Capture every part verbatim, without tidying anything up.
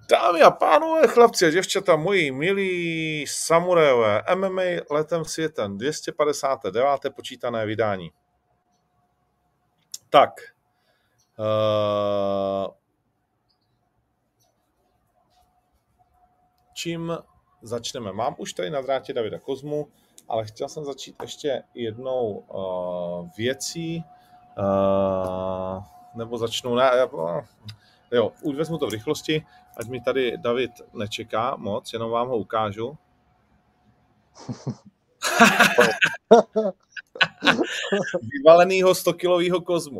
Dámy a pánové, chlapci a děvčata, moji milí samurajové, M M A letem světem, dvě stě padesát devět počítané vydání. Tak. Uh, čím začneme? Mám už tady na drátě Davida Kozmu, ale chtěl jsem začít ještě jednou uh, věcí, uh, nebo začnu, ne, uh, jo, už vezmu to v rychlosti, ať mi tady David nečeká moc, jenom vám ho ukážu. Vyvalenýho stokilovýho Kozmu.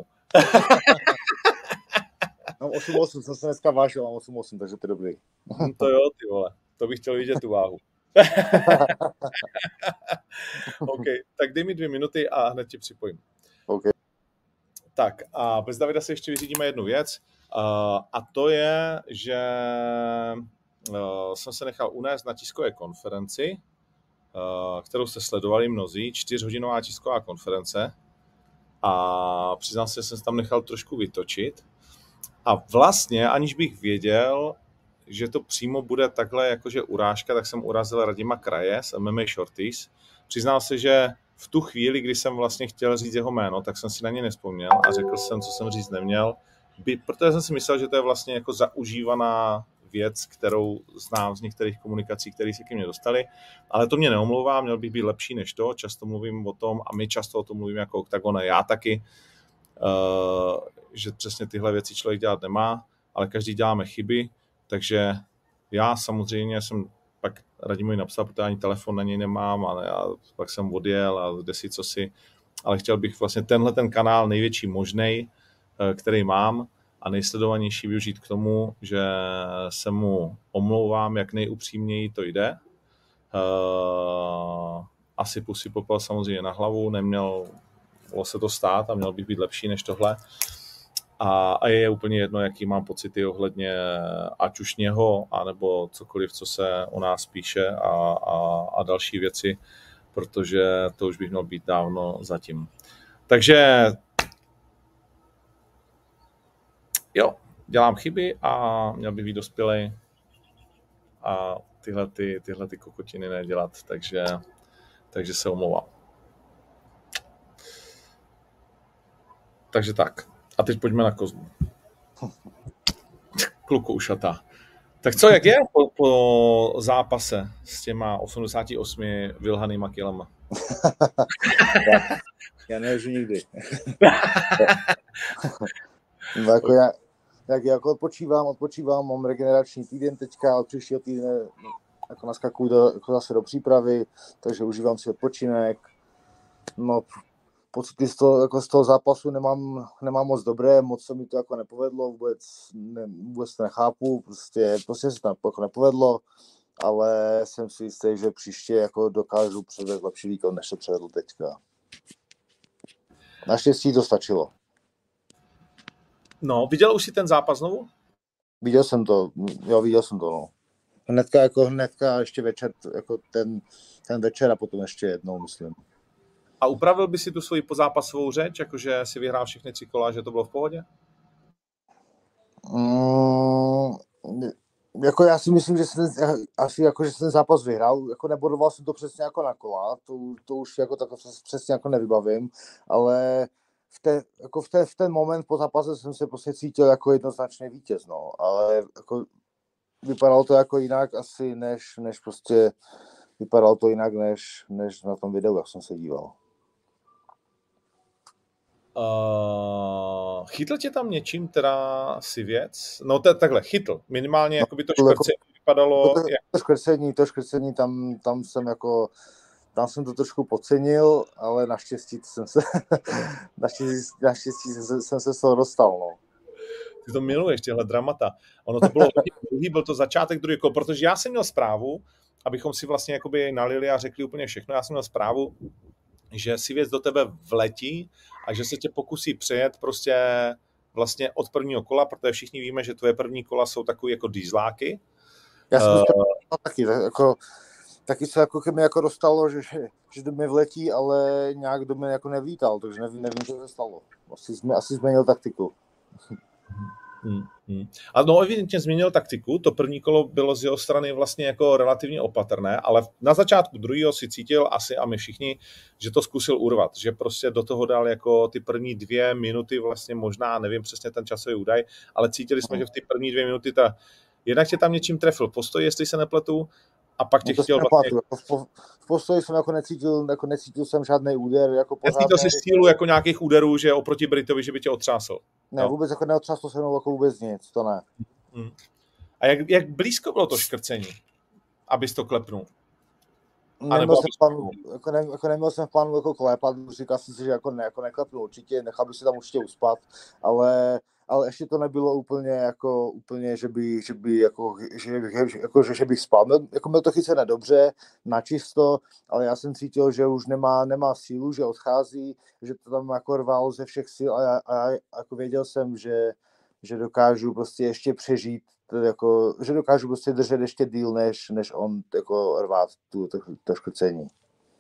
Mám osm osm, jsem se dneska vážil, mám osm osm, takže to je dobrý. To jo, ty vole, to bych chtěl vidět tu váhu. OK, tak dej mi dvě minuty a hned ti připojím. OK. Tak a bez Davida si ještě vyřídíme jednu věc uh, a to je, že uh, jsem se nechal unést na tiskové konferenci, uh, kterou jste sledovali mnozí, čtyřhodinová tisková konference a přiznám se, že jsem se tam nechal trošku vytočit a vlastně, aniž bych věděl, že to přímo bude takhle jakože urážka, tak jsem urazil Radima Kraje z M M A Shorties. Přiznal se, že v tu chvíli, kdy jsem vlastně chtěl říct jeho jméno, tak jsem si na ně nevzpomněl a řekl jsem, co jsem říct neměl, by, protože jsem si myslel, že to je vlastně jako zaužívaná věc, kterou znám z některých komunikací, které se ke mně dostaly, ale to mě neomlouvá, měl bych být lepší než to, často mluvím o tom a my často o tom mluvíme jako Oktagon a já taky, uh, že přesně tyhle věci člověk dělat nemá, ale každý děláme chyby, takže já samozřejmě jsem pak Radimovi napsal, protože ani telefon na něj nemám a já pak jsem odjel a kde si co si, ale chtěl bych vlastně tenhle ten kanál největší možnej, který mám a nejsledovanější využít k tomu, že se mu omlouvám, jak nejupřímněji to jde. Asi pusy popel samozřejmě na hlavu, nemělo se to stát a měl bych být lepší než tohle. A, a je úplně jedno, jaký mám pocity ohledně ať už něho, anebo cokoliv, co se o nás píše a, a, a další věci, protože to už bych měl být dávno zatím. Takže jo, dělám chyby a měl bych být dospělej a tyhle, ty, tyhle ty kokotiny nedělat, takže, takže se omlouvám. Takže tak. A teď pojďme na Kozmu. Kluku ušatá. Tak co, jak je po, po zápase s těma osmdesát osm vylhanýma kilama? já, já neježu nikdy. No, jako já, jak jako odpočívám, odpočívám, mám regenerační týden teďka, od příštího týdne jako naskakuju do, jako zase do přípravy, takže užívám si odpočinek. No, pocity z toho, jako z toho zápasu nemám, nemám moc dobré, moc se mi to jako nepovedlo, vůbec, ne, vůbec to nechápu, prostě, prostě se to jako nepovedlo, ale jsem si jistý, že příště jako dokážu předvést lepší výkon, než to předvedl teďka. Naštěstí to stačilo. No, viděl už si ten zápas znovu? Viděl jsem to, jo, viděl jsem to, no. Hnedka, jako hnedka ještě večer, jako ten, ten večer a potom ještě jednou, myslím. A upravil by si tu svoji pozápasovou řeč, jakože si vyhrál všechny tři kola, že to bylo v pohodě? Mm, jako já si myslím, že jsem asi jako, že jsem zápas vyhrál, jako nebodoval jsem to přesně jako na kola, to, to už jako tak přesně jako nevybavím, ale v, té, jako v, té, v ten moment po zápase jsem se prostě cítil jako jednoznačně vítěz, no, ale jako vypadalo to jako jinak asi, než, než prostě vypadalo to jinak, než, než na tom videu, jak jsem se díval. Uh, chytl tě tam něčím teda si věc? No to takhle, chytl. Minimálně no, jako by to škrcení vypadalo... To, jak... to škrcení, to škrcení tam, tam jsem jako... Tam jsem to trošku podcenil, ale naštěstí jsem se... naštěstí, naštěstí jsem, jsem se z toho dostal, no. Ty to miluješ, těhle dramata. Ono to bylo dlouhý, byl to začátek druhý kol, protože já jsem měl zprávu, abychom si vlastně jakoby nalili a řekli úplně všechno, já jsem měl zprávu, že si věc do tebe vletí a že se tě pokusí přejet prostě vlastně od prvního kola, protože všichni víme, že tvoje první kola jsou takový jako dieseláky. Já jsem uh, to taky, jako, taky se jako mi jako dostalo, že, že do mě vletí, ale nějak do mě jako nevlítal, takže nevím, nevím, co se stalo. Asi, asi změnil taktiku. Hmm, hmm. A no evidentně změnil taktiku, to první kolo bylo z jeho strany vlastně jako relativně opatrné, ale na začátku druhého si cítil asi a my všichni, že to zkusil urvat, že prostě do toho dal jako ty první dvě minuty vlastně možná, nevím přesně ten časový údaj, ale cítili jsme, že v ty první dvě minuty ta, jednak tě tam něčím trefil postoj, jestli se nepletu, a pak tě No to chtěl vlastně... vlastně... V, po, v postoji jsem jako necítil, jako necítil jsem žádný úder, jako pořádný. Necítil si sílu jako nějakých úderů, že oproti Britovi, že by tě otřásl. Ne, no. Vůbec jako neotřáslo se mnou jako vůbec nic, to ne. Hmm. A jak, jak blízko bylo to škrcení, abys to klepnul? Neměl jsem, plánu, jako, ne, jako neměl jsem v plánu jako klepat, říkal jsem si, že jako, ne, jako neklepnu určitě, nechal bych si tam určitě uspat, ale, ale ještě to nebylo úplně jako, úplně, že by, že by jako, že, že, jako, že, že bych spal. Měl, jako měl to chycené dobře, načisto, ale já jsem cítil, že už nemá, nemá sílu, že odchází, že to tam jako rval ze všech sil a, já, a jako věděl jsem, že, že dokážu prostě ještě přežít, jako, že dokážu prostě držet ještě díl, než, než on jako rvát tu, to, to škrcení.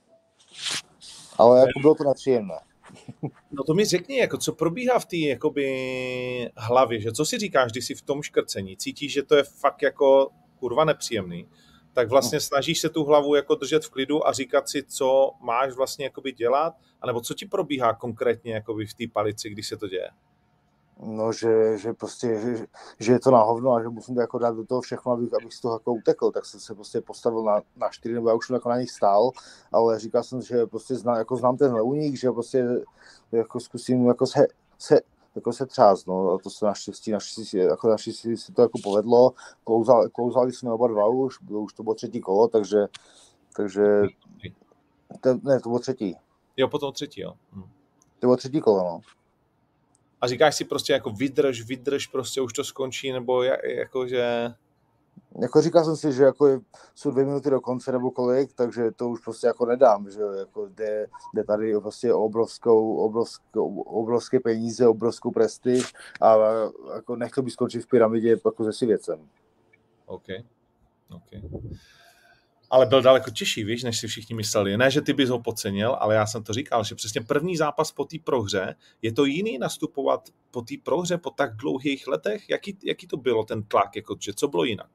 Ale jako bylo to nepříjemné. No to mi řekni, jako, co probíhá v té jakoby hlavě, že co si říkáš, když jsi v tom škrcení, cítíš, že to je fakt jako kurva nepříjemný, tak vlastně snažíš se tu hlavu jako držet v klidu a říkat si, co máš vlastně jakoby dělat, anebo co ti probíhá konkrétně jakoby v té palici, když se to děje? No, že, že prostě, že, že je to na hovno a že musím to jako dát do toho všechno, abych, abych z toho jako utekl, tak jsem se prostě postavil na, na čtyři, nebo já už jsem jako na nich stál, ale říkal jsem, že prostě znám, jako znám tenhle únik, že prostě jako zkusím jako se, se, jako se třást, no, a to se naštěstí, naštěstí, jako naštěstí se to jako povedlo, klouzali, klouzali jsme oba dva už, bylo, už to bylo třetí kolo, takže, takže, to, ne, to bylo třetí. Jo, potom třetí, jo. Hm. To bylo třetí kolo, no. A říkáš si prostě jako vydrž, vydrž, prostě už to skončí, nebo jako, že... Jako říkal jsem si, že jako je, jsou dvě minuty do konce nebo kolik, takže to už prostě jako nedám, že jako jde, jde tady prostě obrovskou, obrovskou, obrovské peníze, obrovskou prestiž a jako nechtěl bych skončit v pyramidě jako se Sivěcem. OK, OK. Ale byl daleko těžší, víš, než si všichni mysleli. Ne, že ty bys ho podcenil, ale já jsem to říkal, že přesně první zápas po té prohře, je to jiný nastupovat po té prohře po tak dlouhých letech? Jaký, jaký to bylo ten tlak, jako, že co bylo jinak?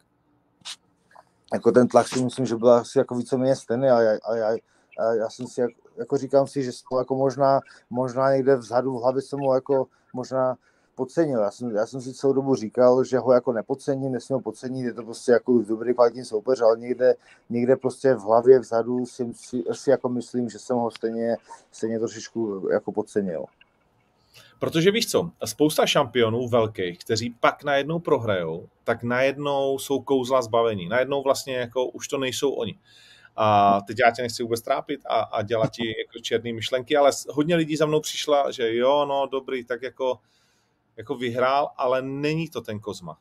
Jako ten tlak si myslím, že byl asi jako víceméně stejný a já, a já, a já jsem si, jako, jako říkám si, že jako možná, možná někde vzadu v hlavě jsem ho jako možná podcenil. Já jsem, já jsem si celou dobu říkal, že ho jako nepodcením, nesmím ho podcenit, je to prostě jako dobrý kvalitní soupeř, ale někde, někde prostě v hlavě vzadu si, si, si jako myslím, že jsem ho stejně, stejně trošičku jako podcenil. Protože víš co, spousta šampionů velkých, kteří pak najednou prohrajou, tak najednou jsou kouzla zbavení. Najednou vlastně jako už to nejsou oni. A teď já tě nechci vůbec trápit a, a dělat ti jako černý myšlenky, ale hodně lidí za mnou přišla, že jo, no dobrý, tak jako jako vyhrál, ale není to ten Kozma.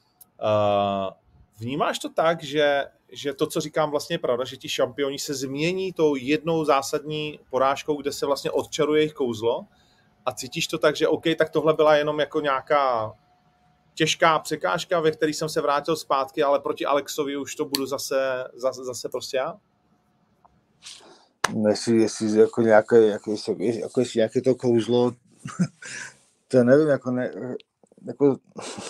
Uh, vnímáš to tak, že, že to, co říkám, vlastně je pravda, že ti šampioni se změní tou jednou zásadní porážkou, kde se vlastně odčaruje jejich kouzlo a cítíš to tak, že OK, tak tohle byla jenom jako nějaká těžká překážka, ve které jsem se vrátil zpátky, ale proti Alexovi už to budu zase, zase, zase prostě já? Jestli, jestli jako nějaké, jako, jako jestli nějaké to kouzlo, to nevím, jako ne, jako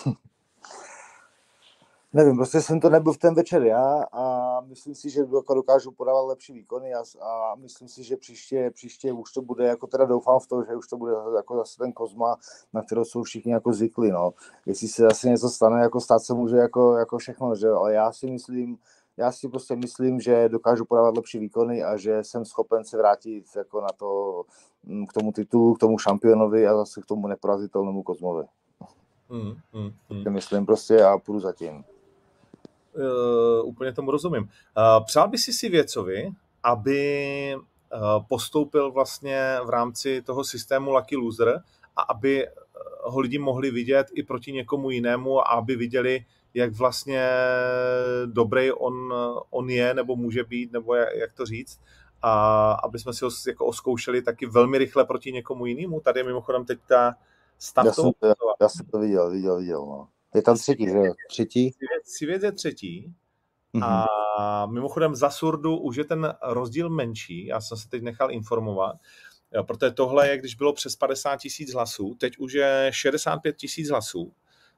nevím, prostě jsem to nebyl v ten večer já a myslím si, že jako dokážu podávat lepší výkony a, a myslím si, že příště, příště už to bude, jako teda doufám v to, že už to bude jako zase ten Kozma, na kterou jsou všichni jako zvykli, no. Jestli se zase něco stane, jako stát se může jako, jako všechno, že ale já si myslím, já si prostě myslím, že dokážu podávat lepší výkony a že jsem schopen se vrátit jako na to, k tomu titulu, k tomu šampionovi a zase k tomu neporazitelnému Kozmovi. Hmm, hmm, hmm. Myslím prostě a půjdu zatím. Uh, úplně tomu rozumím. Uh, přál by si si Věcovi, aby uh, postoupil vlastně v rámci toho systému Lucky Loser a aby ho lidi mohli vidět i proti někomu jinému a aby viděli, jak vlastně dobrý on, on je, nebo může být, nebo jak, jak to říct, a aby jsme si ho jako oskoušeli taky velmi rychle proti někomu jinému. Tady je mimochodem teďka stav já toho. Jsem, já, já jsem to viděl, viděl, viděl, no. Je tam třetí, že jo? Třetí? Sivěc je třetí. Mm-hmm. A mimochodem za Surdu už je ten rozdíl menší. Já jsem se teď nechal informovat. Jo, protože tohle je, když bylo přes padesát tisíc hlasů, teď už je šedesát pět tisíc hlasů.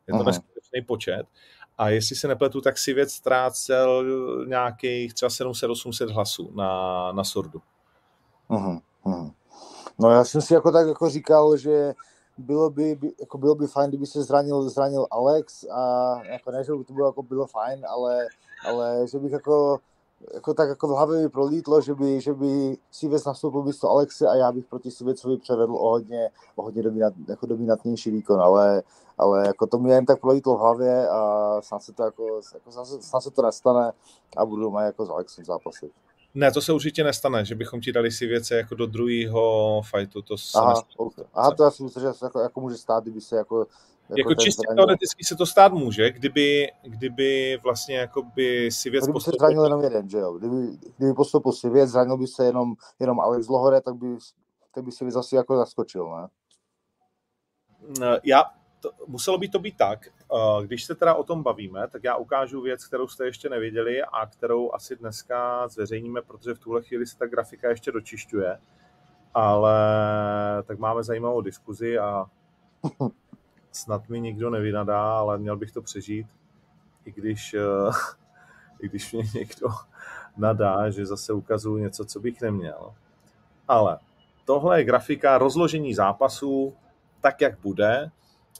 Je to Aha. neskutečný počet. A jestli se nepletu, tak si věc ztrácel nějakých třeba sedm set osm set hlasů na, na Swordu. Aha. Aha. No já jsem si jako tak jako říkal, že bylo by, by, jako bylo by fajn, kdyby se zranil, zranil Alex a jako ne, že by to bylo, jako bylo fajn, ale, ale že bych jako, jako tak jako v hlavě mi prolítlo, že by, že by Sivec nastoupil místo Alexe a já bych proti Sivecovi převedl o hodně, o hodně dominat, jako dominantnější výkon, ale, ale jako to mi jen tak prolítlo v hlavě a snad se to jako, jako snad, se, snad se to nestane a budu mít jako s Alexem zápasit. Ne, to se určitě nestane, že bychom ti dali si věce jako do druhého fightu, to se Aha, nestane. okay. Aha, to já si myslím, že se jako, jako může stát, kdyby se jako... Jako, jako čistě zranil. Teoreticky se to stát může, kdyby, kdyby vlastně jako by si věc kdyby postoupil. se zranil jenom jeden, že jo? Kdyby, kdyby postoupil si věc, zranil by se jenom, jenom Alex Lohore, tak by, tak by si věc asi jako zaskočil, ne? Já, to, muselo by to být tak, když se teda o tom bavíme, tak já ukážu věc, kterou jste ještě neviděli a kterou asi dneska zveřejníme, protože v tuhle chvíli se ta grafika ještě dočišťuje, ale tak máme zajímavou diskuzi a snad mi nikdo nevynadá, ale měl bych to přežít, i když, i když mě někdo nadá, že zase ukazuju něco, co bych neměl. Ale tohle je grafika rozložení zápasů tak, jak bude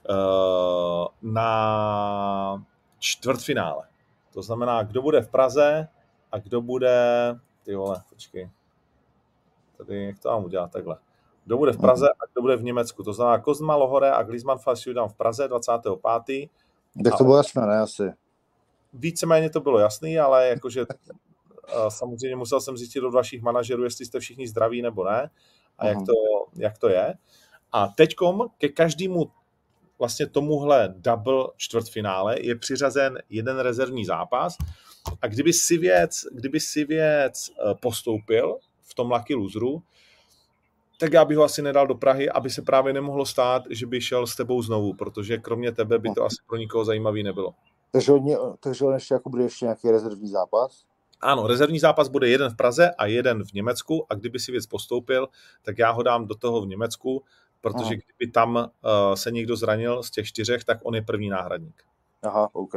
na čtvrtfinále. To znamená, kdo bude v Praze a kdo bude... Ty vole, počkej. Tady, jak to mám udělat takhle. Kdo bude v Praze a kdo bude v Německu. To znamená Kozma, Lohore a Griezmann Fasiudam v Praze dvacátého pátého Tak to bylo jasné, ne asi. Víceméně to bylo jasný, ale jakože samozřejmě musel jsem zjistit od vašich manažerů, jestli jste všichni zdraví nebo ne a jak to, jak to je. A teďkom ke každému vlastně tomuhle double čtvrtfinále je přiřazen jeden rezervní zápas a kdyby si věc, kdyby si věc postoupil v tom Lucky Loseru, tak já bych ho asi nedal do Prahy, aby se právě nemohlo stát, že by šel s tebou znovu, protože kromě tebe by to asi pro nikoho zajímavý nebylo. Takže on, takže on ještě jako bude ještě nějaký rezervní zápas? Ano, rezervní zápas bude jeden v Praze a jeden v Německu a kdyby si věc postoupil, tak já ho dám do toho v Německu, protože Aha. kdyby tam uh, se někdo zranil z těch čtyřech, tak on je první náhradník. Aha, OK.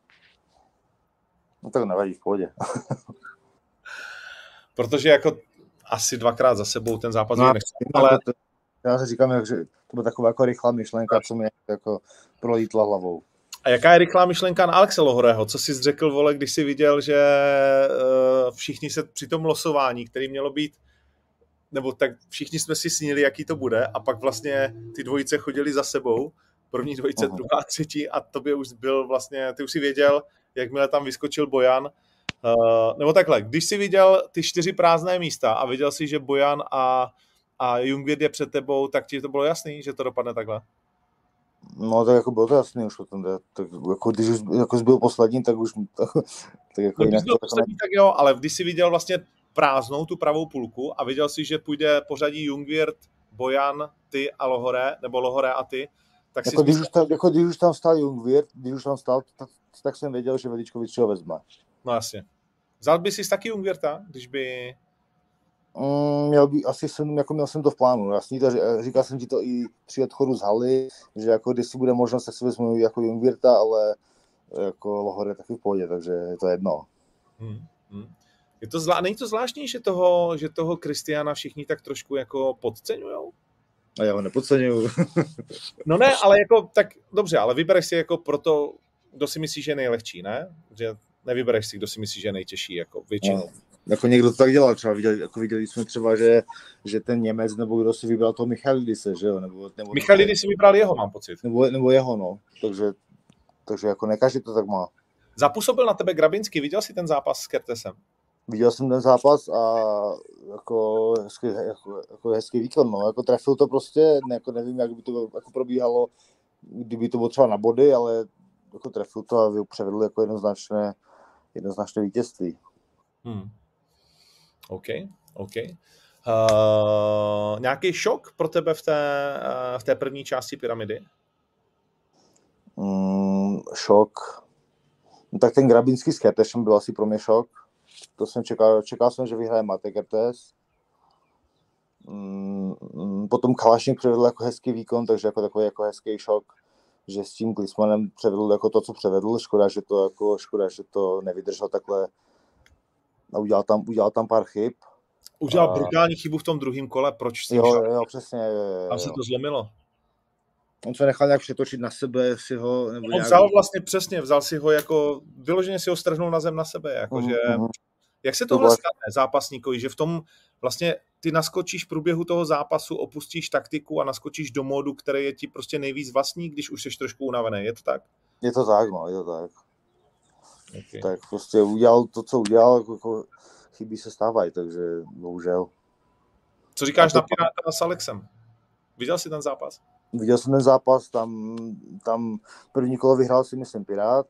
No tak nevadí, v pohodě. Protože jako asi dvakrát za sebou ten zápas no, nechci. Ale... To, já si říkám, že to byla taková jako rychlá myšlenka, co mi jako prolítla hlavou. A jaká je rychlá myšlenka na Alexe Lohoreho? Co jsi řekl, vole, když jsi viděl, že uh, všichni se při tom losování, který mělo být, nebo tak všichni jsme si snili, jaký to bude a pak vlastně ty dvojice chodili za sebou, první dvojice, Aha. druhá, třetí a tobě už byl vlastně, ty už si věděl, jakmile tam vyskočil Bojan, uh, nebo takhle, když jsi viděl ty čtyři prázdné místa a viděl si, že Bojan a, a Jungwirth je před tebou, tak ti to bylo jasný, že to dopadne takhle? No tak jako bylo to jasný už potom, tak jako když už jako jsi byl poslední, tak už tak, tak jako no, jinak když byl to poslední, tak jo, ale když jsi viděl vlastně prázdnou tu pravou půlku a viděl si, že půjde pořadí Jungwirth, Bojan, ty a Lohore, nebo Lohore a ty, tak jako si... Když, už tam, jako když už tam stál Jungwirth, když už tam stál, tak, tak jsem věděl, že Veličkovič ho vezme. No jasně. Vzal by si taky Jungwirtha, když by... Mm, měl by, asi jsem, jako měl jsem to v plánu, jasný, to, říkal jsem ti to i při odchodu z haly, že jako když si bude možnost, tak si vezmu jako Jungwirtha, ale jako Lohore taky v pohodě, takže je to jedno. Hmm, hmm. Je to zvlá... Není to zvláštní, že toho, že toho Kristiána všichni tak trošku jako podceňujou? A já ho nepodceňuju. No ne, ale jako, tak dobře, ale vybereš si jako proto, kdo si myslí, že je nejlehčí, ne? Že nevybereš si, kdo si myslí, že je nejtěžší, jako většinou. No, jako někdo to tak dělal, třeba viděli, jako viděli jsme třeba, že, že ten Němec, nebo kdo si vybral toho Michalidise, že jo? Nebo, nebo Michalidis si vybral jeho, mám pocit. Nebo, nebo jeho, no. Takže, takže jako ne každý to tak má. Zapůsobil na tebe Grabinský, viděl jsi ten zápas s Kertesem? Viděl jsem ten zápas a jako hezký, jako, jako hezký výkon, no. Jako trefil to prostě, ne, jako nevím, jak by to jako probíhalo, kdyby to bylo třeba na body, ale jako trefil to a převedl jako jednoznačné, jednoznačné vítězství. Hmm. OK, OK. Uh, nějaký šok pro tebe v té, uh, v té první části pyramidy? Mm, šok. No, tak ten Grabinský s Kertešem byl asi pro mě šok. To jsem čekal, čekal jsem, že vyhraje Mate Kertész. Mm, potom Kalašník přivedl jako hezký výkon, takže jako takový jako hezký šok, že s tím Klinsmannem převedl jako to, co převedl. Škoda, že to, jako, škoda, že to nevydržel takhle a udělal tam, udělal tam pár chyb. Udělal a... brutální chybu v tom druhém kole, proč s tím jo, šel? Jo, přesně. Jo, jo. Tam se to zlomilo. On se nechal nějak přetočit na sebe, si ho... Nebo on nějak... vzal vlastně přesně, vzal si ho jako, vyloženě si ho strhnul na zem na sebe, jakože... Mm-hmm. Jak se tohle to stane zápasníkovi, že v tom vlastně ty naskočíš v průběhu toho zápasu, opustíš taktiku a naskočíš do módu, který je ti prostě nejvíc vlastní, když už jsi trošku unavený, je to tak? Je to tak, no, je to tak. Okay. Tak prostě udělal to, co udělal, jako chyby se stávají, takže bohužel. Co říkáš to... na Piráta s Alexem? Viděl jsi ten zápas? Viděl jsem ten zápas, tam, tam první kolo vyhrál si myslím Pirát.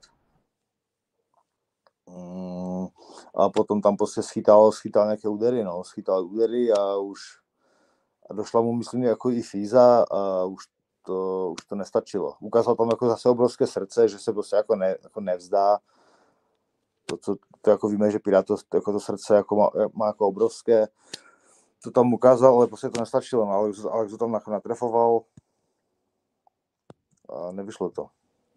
Mm, a potom tam prostě schytal, schytal nějaké údery, no, schytal údery a už a došla mu, myslím, jako i fíza a už to, už to nestačilo. Ukázal tam jako zase obrovské srdce, že se prostě jako, ne, jako nevzdá. To, co, to jako víme, že Pirát to, jako to srdce jako má, má jako obrovské. To tam ukázal, ale prostě to nestačilo. No, Alex, Alex to tam jako natrefoval a nevyšlo to.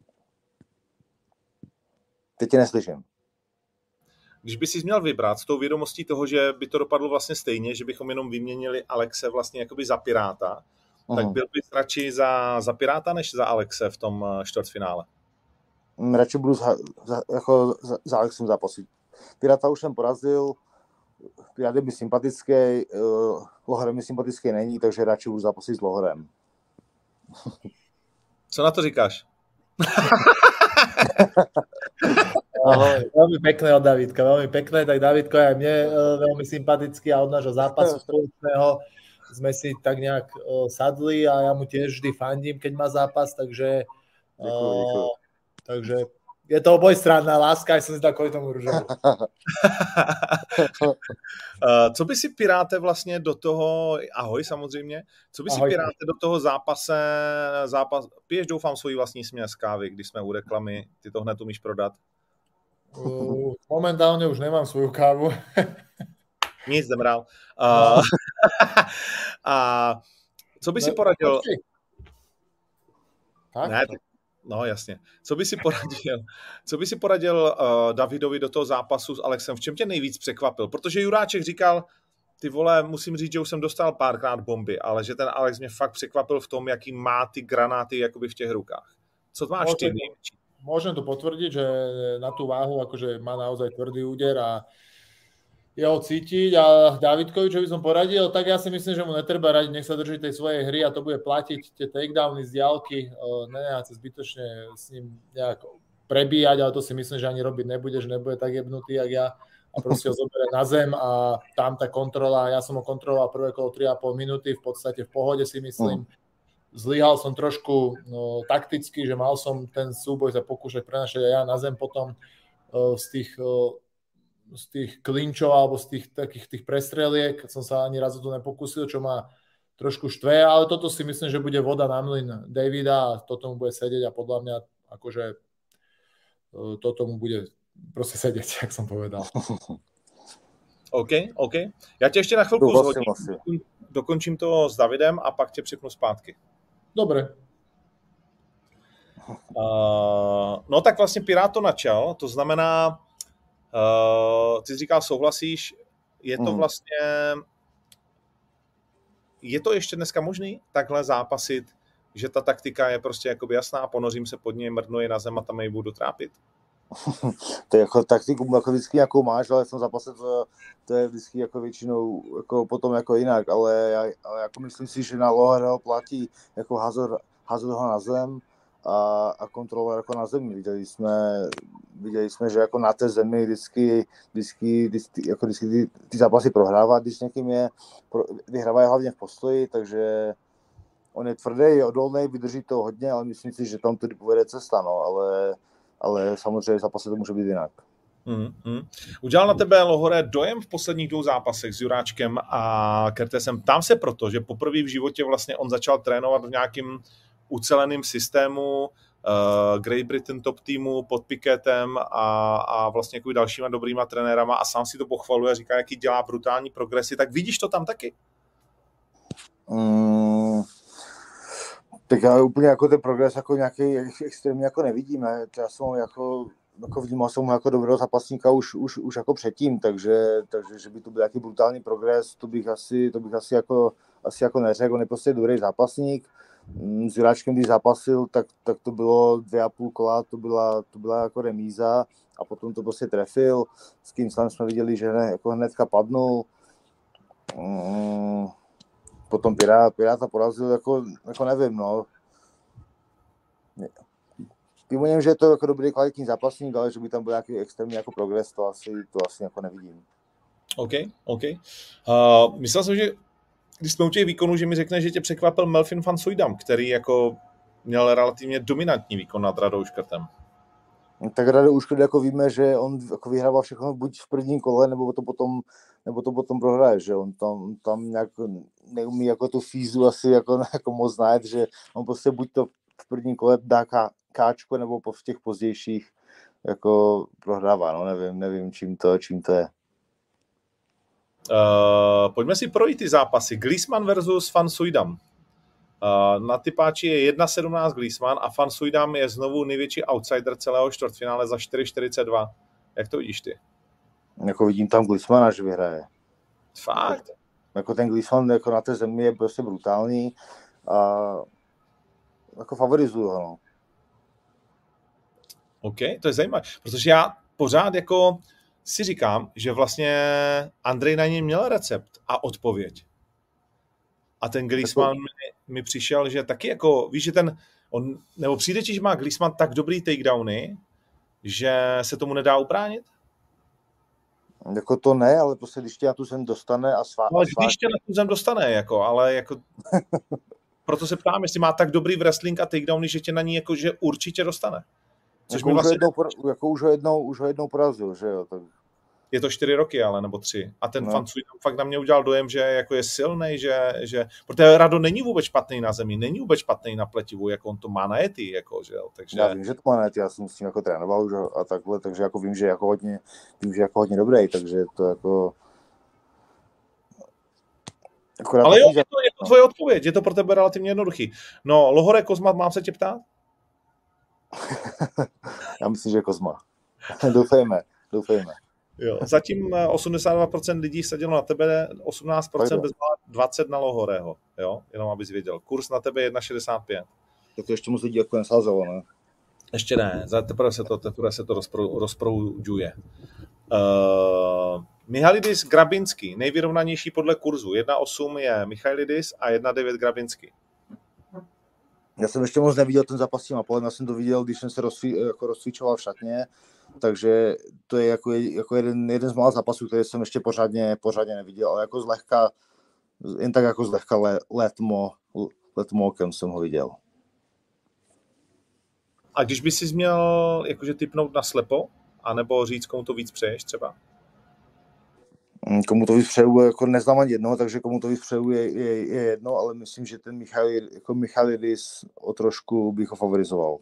Teď tě neslyším. Když by si měl vybrat s tou vědomostí toho, že by to dopadlo vlastně stejně, že bychom jenom vyměnili Alexe vlastně jakoby za Piráta, uh-huh. tak byl bys radši za, za Piráta než za Alexe v tom čtvrtfinále? Radši budu za, za, jako za, za Alexem zápasit. Piráta už jsem porazil, Pirát je mi sympatický, uh, Lohorem mi sympatický není, takže radši budu zápasit s Lohorem. Co na to říkáš? Ahoj. Veľmi pekné od Davidka, veľmi pekné, tak Davidko je aj mne veľmi sympatický a od nášho zápasu spoločného sme si tak nejak uh, sadli a ja mu tiež vždy fandím, keď má zápas, takže Děkuji, děkuji. Uh, takže je to obojstranná láska, aj som si tak kvôli tomu rúžovu. Co by si Piráte vlastně do toho, ahoj samozřejmě, co by si ahoj. Piráte do toho zápase, zápas, piješ doufám svoji vlastní směs kávy, když jsme u reklamy, ty to hned umíš prodat? Uh, momentálne už nemám svoju kávu. Nic, jdem rál. Uh, a co by si poradil? Tak? Ne, no jasně. Co by si poradil, co by si poradil uh, Davidovi do toho zápasu s Alexem? V čem tě nejvíc překvapil? Protože Juráček říkal, ty vole, musím říct, že už jsem dostal párkrát bomby, ale že ten Alex mě fakt překvapil v tom, jaký má ty granáty jakoby v těch rukách. Co máš Môžem, ty největší? Môžem to potvrdiť, že na tú váhu akože má naozaj tvrdý úder a je ho cítiť a Davidkovi, čo by som poradil, tak ja si myslím, že mu netreba radiť, nech sa drží tej svojej hry a to bude platiť tie takedowny z diaľky, nenechá sa zbytočne s ním nejak prebíjať, ale to si myslím, že ani robiť nebude, že nebude tak jebnutý, jak ja a proste ho zoberie na zem a tam tá kontrola, ja som ho kontroloval prvé kolo tri a pol minúty, v podstate v pohode si myslím. Zlyhal som trošku no, takticky, že mal som ten súboj sa pokúšať prenašať aj ja na zem potom uh, z tých uh, z tých klinčov alebo z tých takých tých prestreliek, som sa ani razu to nepokúsil, čo ma trošku štve, ale toto si myslím, že bude voda na mlyn Davida a toto mu bude sedieť a podľa mňa akože uh, toto mu bude proste sedieť, jak som povedal. OK, OK. Já tě ještě na chvilku zhodím, dokončím to s Davidem a pak tě připnu zpátky. Dobre. Uh, no tak vlastně Pirát to načal, to znamená, uh, ty jsi říkal, souhlasíš, je to vlastně, je to ještě dneska možný takhle zápasit, že ta taktika je prostě jakoby jasná, ponořím se pod něj, mrdnu je na zem a tam jej budu trápit? To je jako taktiku jako vždycky nějakou máš, ale v tom zápase to, to je vždycky jako většinou jako potom jako jinak, ale, já, ale jako myslím si, že na Lohorel platí jako házet, házet ho na zem a, a kontrolovat jako na zemi. Viděli jsme, viděli jsme, že jako na té zemi vždycky, vždycky, vždycky, jako vždycky ty, ty zápasy prohrává, když někým je, pro, vyhrává hlavně v postoji, takže on je tvrdý, je odolný, vydrží to hodně, ale myslím si, že tam tudy povede cesta, no, ale ale samozřejmě zápasy to může být jinak. Mm, mm. Udělal na tebe, Lohore, dojem v posledních dvou zápasech s Juráčkem a Kertesem. Tam se proto, že poprvé v životě vlastně on začal trénovat v nějakým uceleným systému uh, Great Britain top týmu pod Piketem a, a vlastně jako dalšíma dobrýma trenérama a sám si to pochvaluje, říká, jaký dělá brutální progresy. Tak vidíš to tam taky? Mm. Tak já úplně jako ten progres jako nějaký extrémně jako nevidíme. Já jsem jako, jako vnímal jsem ho jako dobrého zápasníka už, už, už jako předtím, takže, takže že by to byl nějaký brutální progres, to bych asi, to bych asi jako, asi jako neřekl. On je prostě dobrý zápasník. S Juráčkem, když zápasil, tak, tak to bylo dvě a půl kola, to byla, to byla jako remíza a potom to prostě trefil. S Kingslandem jsme viděli, že ne, jako hnedka padnul. Mm. Potom Pirát, Piráta porazil, jako, jako nevím, no. Vím, že je to jako dobrý kvalitní zápasník, ale že by tam byl nějaký extrémní jako progres, to asi, to asi jako nevidím. OK, OK. Uh, myslel jsem, že když jsme u těch výkonů, že mi řekne, že tě překvapil Melvin van Suydam, který jako měl relativně dominantní výkon nad Radou Škrtem. Tak Radou Škrt jako víme, že on jako vyhrává všechno buď v prvním kole, nebo to potom, nebo to potom prohraje, že on tam, tam nějak neumí jako tu fízu asi jako, jako moc najít, že on prostě buď to v prvním kole dá ká, káčko, nebo po v těch pozdějších jako prohrává, no nevím, nevím čím to, čím to je. Uh, pojďme si projít ty zápasy. Griezmann versus Van Suydam. Uh, na typáči je jedna sedmnáct Griezmann a Van Suydam je znovu největší outsider celého čtvrtfinále za čtyři čtyřicet dva. Jak to vidíš ty? Jako vidím tam Griezmanna, že vyhraje. Fakt? Jako ten Griezmann jako na té zemi je prostě brutální a jako favorizuju ho, no. OK, to je zajímavé, protože já pořád jako si říkám, že vlastně Andrej na něj měl recept a odpověď. A ten Griezmann mi, mi přišel, že taky jako, víš, že ten, on, nebo přijde ti, že má Griezmann tak dobrý takedowny, že se tomu nedá ubránit? Jako to ne, ale prostě když tě na tu zem dostane a svá... No, když tě na tu zem dostane, jako, ale jako... Proto se ptám, jestli má tak dobrý wrestling a takedowny, že tě na ní jako, že určitě dostane. Což jako, mi vlastně... už jednou, jako už ho jednou, už ho jednou porazil, že jo, tak... Je to čtyři roky, ale nebo tři. A ten no. Van Suydam fakt na mě udělal dojem, že jako je silnej, že, že... Protože Rado není vůbec špatný na zemi, není vůbec špatný na pletivu, jako on to má na ety, jako, že jo, takže... Já vím, že to má na ety, já jsem s tím jako trénoval už a takhle, takže jako vím, že jako hodně, vím, že jako hodně dobrý, takže to jako... Akorát ale jo, je to, je to tvoje odpověď, je to pro tebe relativně jednoduchý. No, Lohore, Kozma, mám se tě ptát? Já myslím, že Kozma. doufejme, doufejme. Jo, zatím osmdesát dva procent lidí sedělo na tebe, osmnáct procent bez dvacet procent na Lohoreho, jo, jenom abys věděl. Kurz na tebe jedna šedesát pět. Tak to ještě moc lidí jako nesázelo, ne? Ještě ne, teprve se to, teprve se to rozprou, rozprouďuje. Uh, Michailidis Grabinský, nejvyrovnanější podle kurzu. jedna osm je Michailidis a jedna devět Grabinský. Já jsem ještě moc neviděl ten zápas s tím Apolem, já jsem to viděl, když jsem se rozsví, jako rozcvičoval v šatně, takže to je jako, jako jeden, jeden z mála zápasů, který jsem ještě pořádně, pořádně neviděl, ale jako zlehka, jen tak jako zlehka le, letmo, letmo okem jsem ho viděl. A když by si měl jakože tipnout na slepo, anebo říct, komu to víc přeješ třeba? Komu to víc přeju, jako neznám ani jednoho, takže komu to víc přeju je, je, je jedno, ale myslím, že ten Michal, jako Michailidis o trošku bych ho favorizoval.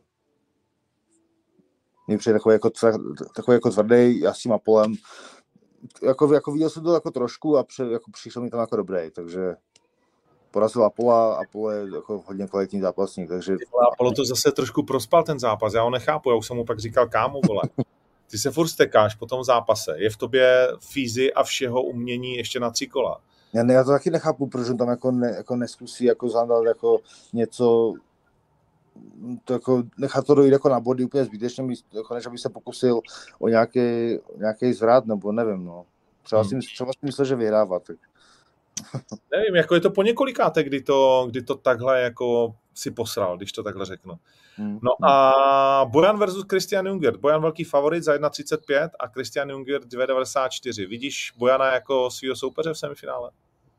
Mně přijde takový jako, takový jako tvrdý, já s tím Apolem, jako, jako viděl jsem to jako trošku a pře, jako přišel mi tam jako dobrý, takže porazil Apola, Apollo je jako hodně kvalitní zápasník, takže... Apollo to zase trošku prospal ten zápas, já ho nechápu, já už jsem mu pak říkal, kámo, vole, ty se furt stekáš po tom zápase, je v tobě fízy a všeho umění ještě na tři kola. Já, ne, já to taky nechápu, protože on tam jako, ne, jako neskusí jako zandat jako něco, to jako nechat to dojít jako na body úplně zbytečně, jako než aby se pokusil o nějaký, nějaký zvrat, nebo nevím, no. Třeba, hmm. si, třeba si myslel, že vyhrává, tak... Nevím, jako je to po několikáté, kdy to, kdy to takhle jako si posral, když to takhle řeknu. Hmm. No a Bojan versus Christian Jungwirth. Bojan velký favorit za jedna třicet pět a Christian Jungwirth dvě devadesát čtyři. Vidíš Bojana jako svýho soupeře v semifinále?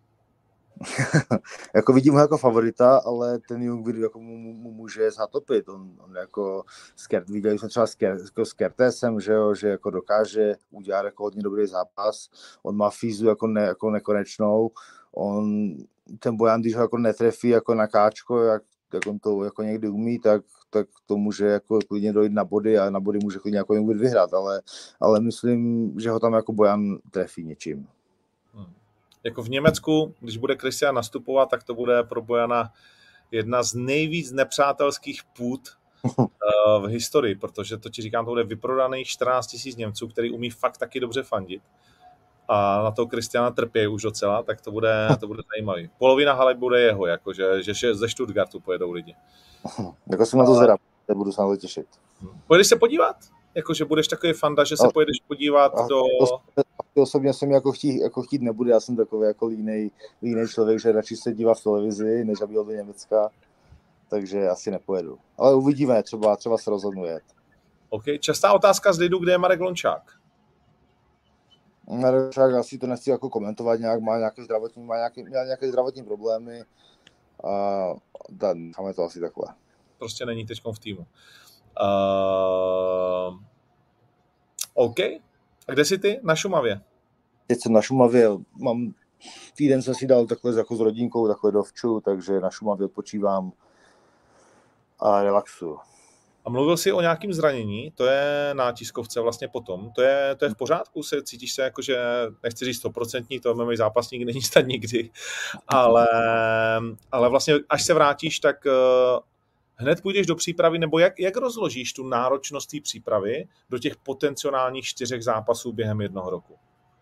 Jako vidím ho jako favorita, ale ten Jungwirth jako mu, mu může zatopit. On, on jako skert, viděli jsme třeba s, jako s Kertesem, že, jo, že jako dokáže udělat jako hodně dobrý zápas. On má fízu jako, ne, jako nekonečnou. On, ten Bojan, když ho jako netrefí jako na káčko, jak, jak on to jako někdy umí, tak, tak to může jako klidně dojít na body a na body může klidně jako Jungwirth vyhrát, ale, ale myslím, že ho tam jako Bojan trefí něčím. Hmm. Jako v Německu, když bude Christian nastupovat, tak to bude pro Bojana jedna z nejvíc nepřátelských půd v historii, protože to ti říkám, to bude vyprodaných čtrnáct tisíc Němců, který umí fakt taky dobře fandit. A na to Kristiana trpějí už docela, tak to bude, to bude zajímavý. Polovina hale bude jeho, jakože, že ze Stuttgartu pojedou lidi. Jako jsem na to zvědav, budu se na to těšit. Pojedeš se podívat? Jakože budeš takový fanda, že se a, pojedeš podívat a do... To osobně se mi jako chtít, jako chtít nebude, já jsem takový jako línej, línej člověk, že radši se dívá v televizi, než aby jel do Německa, takže asi nepojedu. Ale uvidíme, třeba, třeba se rozhodnu jet. OK, častá otázka z lidu, kde je Marek Lončák? Marek Lončák, asi to nechci jako komentovat, nějak, má nějaké zdravotní, má nějaké, má nějaké zdravotní problémy a necháme to asi takhle. Prostě není teďkom v týmu. Uh, OK. A kde jsi ty? Na Šumavě? Teď jsem na Šumavě. Mám, týden jsem si dal takhle jako s rodinkou, takhle do vču, takže na Šumavě odpočívám a relaxuju. A mluvil jsi o nějakém zranění, to je na tiskovce vlastně potom. To je, to je v pořádku? Se, cítíš se jako, že nechci říct stoprocentní, to M M A zápasník není stát nikdy, ale, ale vlastně až se vrátíš, tak hned půjdeš do přípravy, nebo jak, jak rozložíš tu náročnost té přípravy do těch potenciálních čtyřech zápasů během jednoho roku?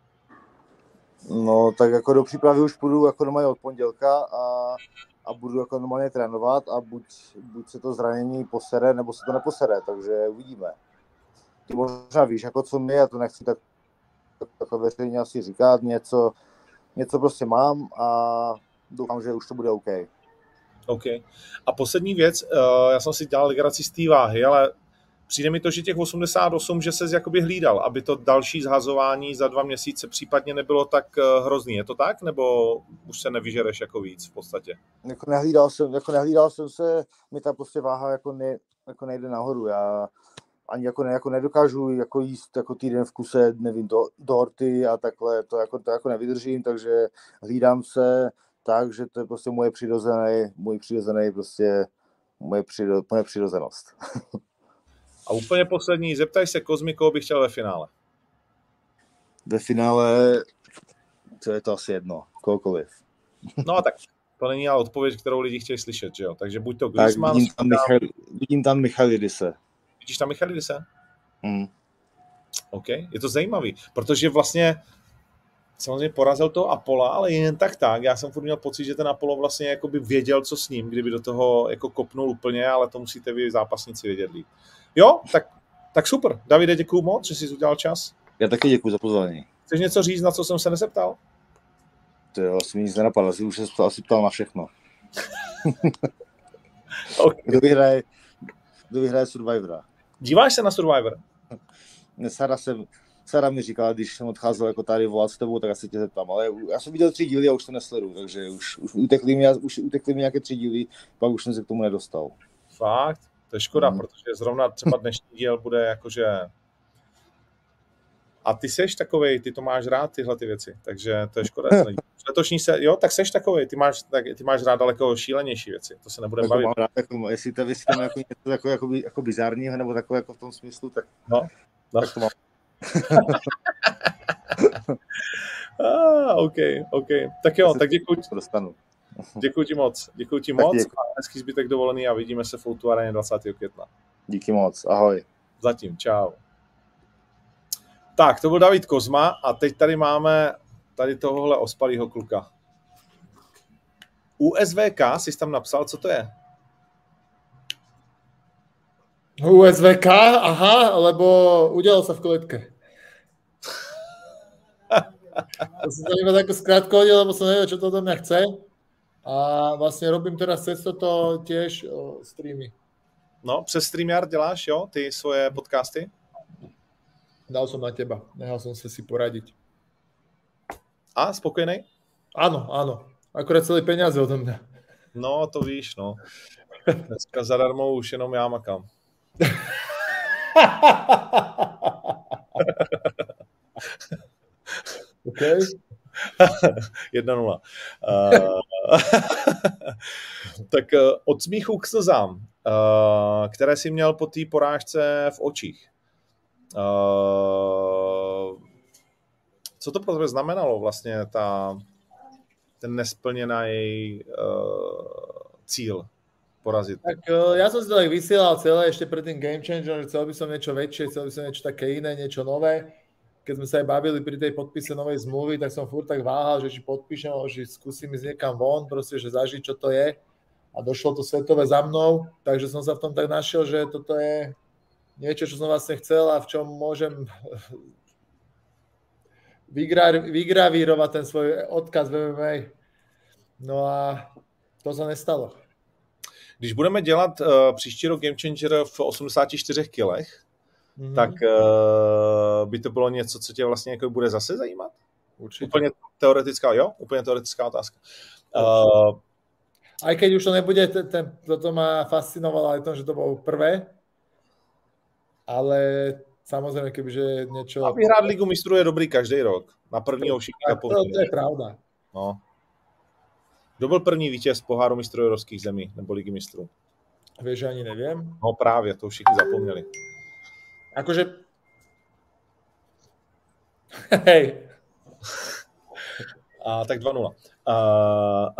No, tak jako do přípravy už půjdu jako normálně od pondělka a, a budu jako normálně trénovat a buď, buď se to zranění posere, nebo se to neposere, takže uvidíme. Ty možná víš, jako co mi, já to nechci tak, tak, tak veřejně asi říkat, něco, něco prostě mám a doufám, že už to bude OK. OK. A poslední věc, já jsem si dělal legraci z té váhy, ale přijde mi to, že těch osmdesát osm, že ses jakoby hlídal, aby to další zhazování za dva měsíce případně nebylo tak hrozný. Je to tak? Nebo už se nevyžereš jako víc v podstatě? Jako nehlídal jsem, jako nehlídal jsem se, mi ta prostě váha jako, ne, jako nejde nahoru. Já ani jako, ne, jako nedokážu jako jíst jako týden v kuse, nevím, do, dorty a takhle, to jako, to jako nevydržím, takže hlídám se tak, že to je prostě moje přirozené, můj přirozený prostě, moje, přiro, moje přirozenost. A úplně poslední, zeptaj se Kozmy, koho bych chtěl ve finále. Ve finále, co je to asi jedno, kohokoliv. No a tak, to není ale odpověď, kterou lidi chtějí slyšet, že jo? Takže buď to Griezmann... Vidím tam, Michal, vidím tam Michalidise. Vidíš tam Michalidise? Mm. OK, je to zajímavý, protože vlastně samozřejmě porazil toho Apolla, ale jen tak tak. Já jsem furt měl pocit, že ten Apollo vlastně jakoby věděl, co s ním, kdyby do toho jako kopnul úplně, ale to musíte vy zápasníci vědět líp. Jo, tak, tak super. Davide, děkuju moc, že jsi udělal čas. Já taky děkuju za pozvání. Chceš něco říct, na co jsem se nezeptal? To jo, asi mi nic nenapadlo, asi už se asi ptal na všechno. Okay. Kdo vyhraje, kdo vyhraje Survivora? Díváš se na Survivor? Sara, jsem, Sara mi říkala, když jsem odcházel jako tady volat s tebou, tak asi tě zeptám, ale já jsem viděl tři díly a už to nesleduju, takže už, už, utekli mi, už utekli mi nějaké tři díly, pak už jsem se k tomu nedostal. Fakt? To je škoda, Hmm. protože zrovna třeba dnešní díl bude jakože... A ty seš takovej, ty to máš rád, tyhle ty věci, takže to je škoda. Letošní se, jo, tak seš takovej, ty máš, tak, ty máš rád daleko šílenější věci, to se nebudeme bavit. Mám rád, jako, jestli to jestli tam jako něco jako, jako, jako bizarního, nebo takové jako v tom smyslu, tak, no, no. tak to mám. ah, OK, OK. Tak jo, tak děkuji. Dostanu. Děkuji ti moc, děkuji ti moc a hezký zbytek dovolený a vidíme se v O dva aréně dvacátého května. Díky moc, ahoj. Zatím, čau. Tak, to byl David Kozma a teď tady máme tady tohohle ospalýho kluka. U S V K jsi tam napsal, co to je? U S V K, aha, lebo udělal sa v klietke. To som sa iba takú skrátku hodil, lebo som nevedel, čo to do mňa chce. A vlastne robím teraz cez toto tiež o, streamy. No, přes StreamYard děláš, jo, ty svoje podcasty? Dal som na teba, nechal som sa si poradiť. A, spokojený? Áno, áno. Akorát celý peniaze odo mňa. No, to víš, no. Dneska zadarmo už jenom já makám. OK. jedna nula. Uh, tak uh, od smíchu k slzám, uh, které jsi měl po té porážce v očích. Uh, co to pro tebe znamenalo vlastně ta, ten nesplněný uh, cíl porazit. Tak uh, ja som si to tak vysielal celé ešte pred tým Game Changer, chcel by som niečo väčšie, chcel by som niečo také iné, niečo nové. Keď sme sa aj bavili pri tej podpise novej zmluvy, tak som furt tak váhal, že či podpíšem, alebo že skúsim ísť niekam von, proste, že zažiť, čo to je. A došlo to svetové za mnou, takže som sa v tom tak našiel, že toto je niečo, čo som vlastne chcel a v čom môžem vygra- vygravírovať ten svoj odkaz v em em á. No a to sa nestalo. Když budeme dělat uh, příští rok Game Changer v osmdesáti čtyřech kilech, mm-hmm. tak uh, by to bylo něco, co tě vlastně jako bude zase zajímat? Určitě. Úplně teoretická, jo? Úplně teoretická otázka. Uh, Aj keď už to nebude, ten, ten, toto ma fascinovalo aj tom, že to bolo prvé, ale samozrejme, kebyže niečo... A vyhrát Ligu mistrů je dobrý každý rok. Na prvního všichni zapomínají. To, to je pravda. No. Kdo byl první vítěz poháru mistrů evropských zemí nebo Ligy mistrů? Vieš, že ani neviem. No právě, to všichni zapomněli. Akože... Hej. A tak dva nula. Uh...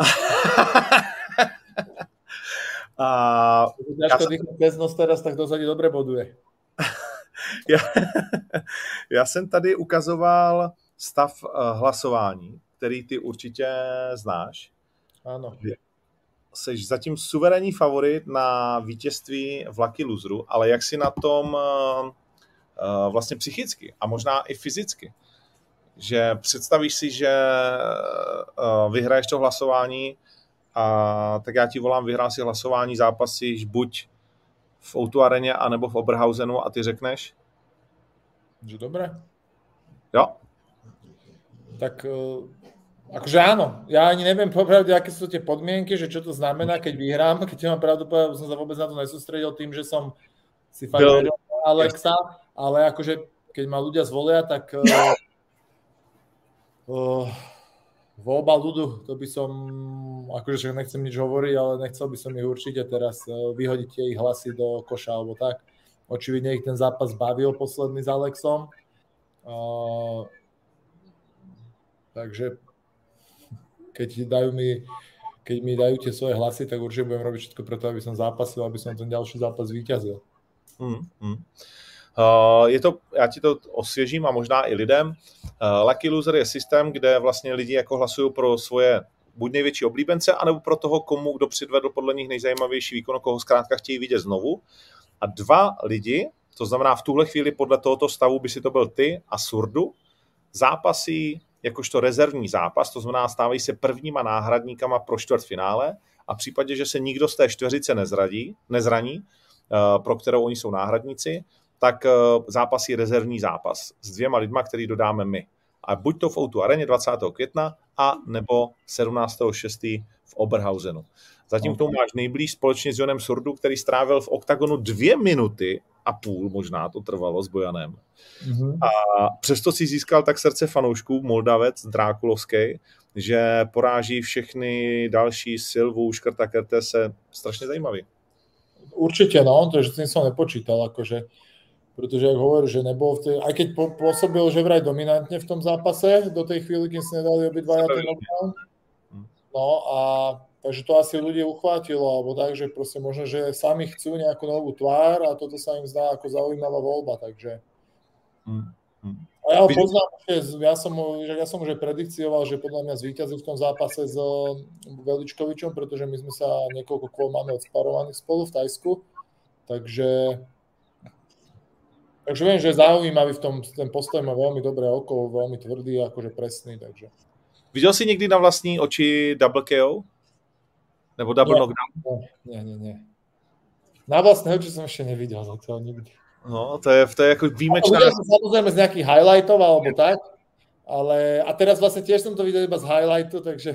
A ťažko dýchať bez nos teraz, tak dozadí dobre boduje. já, já jsem tady ukazoval stav hlasování, který ty určitě znáš. Ano. Seš zatím suverénní favorit na vítězství v Lucky Loseru, ale jak si na tom uh, vlastně psychicky a možná i fyzicky? Že představíš si, že uh, vyhraješ to hlasování a tak já ti volám, vyhrál si hlasování, zápasíš buď v ó dva areně, anebo v Oberhausenu a ty řekneš? Že dobré. Jo. Tak uh, akože áno. Ja ani neviem popravde, aké sú tie podmienky, že čo to znamená, keď vyhrám. Keď ti mám pravdu povedať, som sa vôbec na to nesústredil tým, že som si fakt veril Alexa, ale akože keď ma ľudia zvolia, tak uh, uh, voľba ľudu, to by som, akože nechcem nič hovoriť, ale nechcel by som ich určite teraz vyhodiť tie ich hlasy do koša, alebo tak. Očividne ich ten zápas bavil posledný s Alexom. Uh, takže keď dajú mi, keď mi dajú tie svoje hlasy, tak určite budem robiť všetko preto, aby som zápasil, aby som ten ďalší zápas víťazil. Hmm, hmm. Uh, je to, já ti to osvěžím a možná i lidem. Uh, Lucky Loser je systém, kde vlastně lidi jako hlasují pro svoje buď největší oblíbence, anebo pro toho, komu kdo předvedl podle nich nejzajímavější výkon, koho zkrátka chtějí vidět znovu. A dva lidi, to znamená v tuhle chvíli podle tohoto stavu by si to byl ty a Surdu, zápasí jakožto rezervní zápas, to znamená stávají se prvníma náhradníkama pro čtvrtfinále a v případě, že se nikdo z té čtveřice nezradí, nezraní, uh, pro kterou oni jsou náhradníci, tak zápasí rezervní zápas s dvěma lidma, který dodáme my. A buď to v ó dva areně dvacátého května a nebo sedmnáctého šestého v Oberhausenu. Zatím k tomu máš nejblíž společně s Jonem Surdu, který strávil v oktagonu dvě minuty a půl, možná to trvalo s Bojanem. Mm-hmm. A přesto si získal tak srdce fanoušků, Moldavec, Drákulovský, že poráží všechny další Silvu, Škrta, Kertese, strašně zajímavý. Určite, no, to, že tým som nepočítal, akože pretože, ak hovorí, že nebol v tej... Aj keď pôsobil, že vraj dominantne v tom zápase, do tej chvíli, kým si nedali obidvaja ten knockdown. No a takže to asi ľudí uchvátilo, alebo tak, že proste možno, že sami chcú nejakú novú tvár a toto sa im zdá ako zaujímavá voľba, takže... A ja ho poznám, že ja som, že ja som už aj predikcioval, že podľa mňa zvíťazil v tom zápase s Veličkovičom, pretože my sme sa niekoľko kôl máme odsparovaných spolu v Tajsku, takže... Takže viem, že je zaujímavý v tom, ten postoj má veľmi dobré oko, veľmi tvrdý, akože presný, takže... Viděl jsi někdy na vlastní oči double K O? Nebo double nie, knockdown? Nie, nie, nie. Na vlastné oči som ešte nevidel zatiaľ nikdy. No, to je, to je jako výjimečná... Videl som samozrejme z nejakých highlightov, alebo tak, ale... A teraz vlastne tiež som to videl iba z highlightu, takže...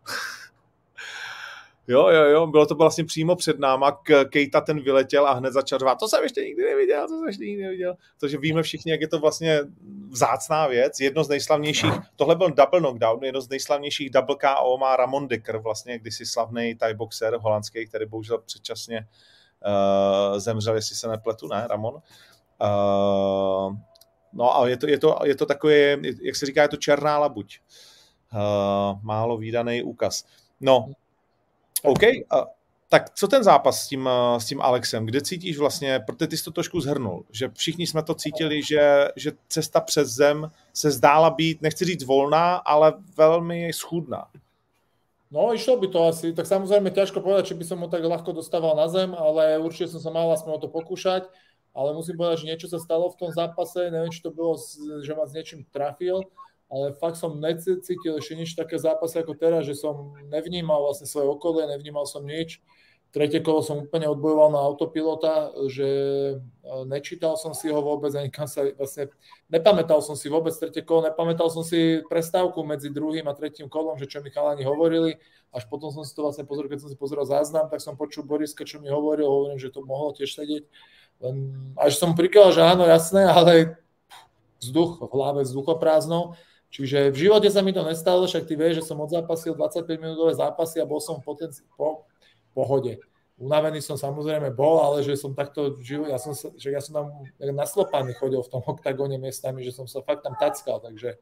Jo, jo, jo, bylo to vlastně přímo před náma, Kejta ten vyletěl a hned začal řvát, to jsem ještě nikdy neviděl, to jsem ještě nikdy neviděl. Takže víme všichni, jak je to vlastně vzácná věc, jedno z nejslavnějších, tohle byl double knockdown, jedno z nejslavnějších double K O má Ramon Dicker, vlastně kdysi slavný thai boxer holandský, který bohužel předčasně uh, zemřel, jestli se nepletu, ne, Ramon? Uh, no a je to, je, to, je to takové, jak se říká, je to černá labuť. Uh, málo vídaný úkaz. No, OK, uh, tak co ten zápas s tím, s tím Alexem? Kde cítíš vlastně, protože ty jsi to trošku zhrnul, že všichni jsme to cítili, že, že cesta přes zem se zdála být, nechci říct volná, ale velmi schůdná. No, išlo by to asi, tak samozrejme ťažko povedať, či by som ho tak ľahko dostával na zem, ale určite som sa mal aspoň o to pokúšať, ale musím povedať, že niečo sa stalo v tom zápase, neviem, či to bolo, že ma s niečím trafil, ale fakt som necítil ešte nič také zápasy ako teraz, že som nevnímal vlastne svoje okolie, nevnímal som nič. Tretie kolo som úplne odbojoval na autopilota, že nečítal som si ho vôbec, ani kam sa vlastne, nepamätal som si vôbec tretie kolo, nepamätal som si prestávku medzi druhým a tretím kolom, že čo mi chalani hovorili, až potom som si to vlastne pozrel, keď som si pozrel záznam, tak som počul Boriska, čo mi hovoril, hovorím, že to mohlo tiež sedieť. Len, až som prikladal, že áno, jasné, ale vzduch v hlave, vzduchoprázdno. Čiže v živote sa mi to nestalo, však ty vieš, že som odzápasil dvadsaťpäť minútové zápasy a bol som v potenci- po pohode. Unavený som samozrejme bol, ale že som takto žil, ja som, že ja som tam naslopaný chodil v tom oktagóne miestami, že som sa fakt tam tackal, takže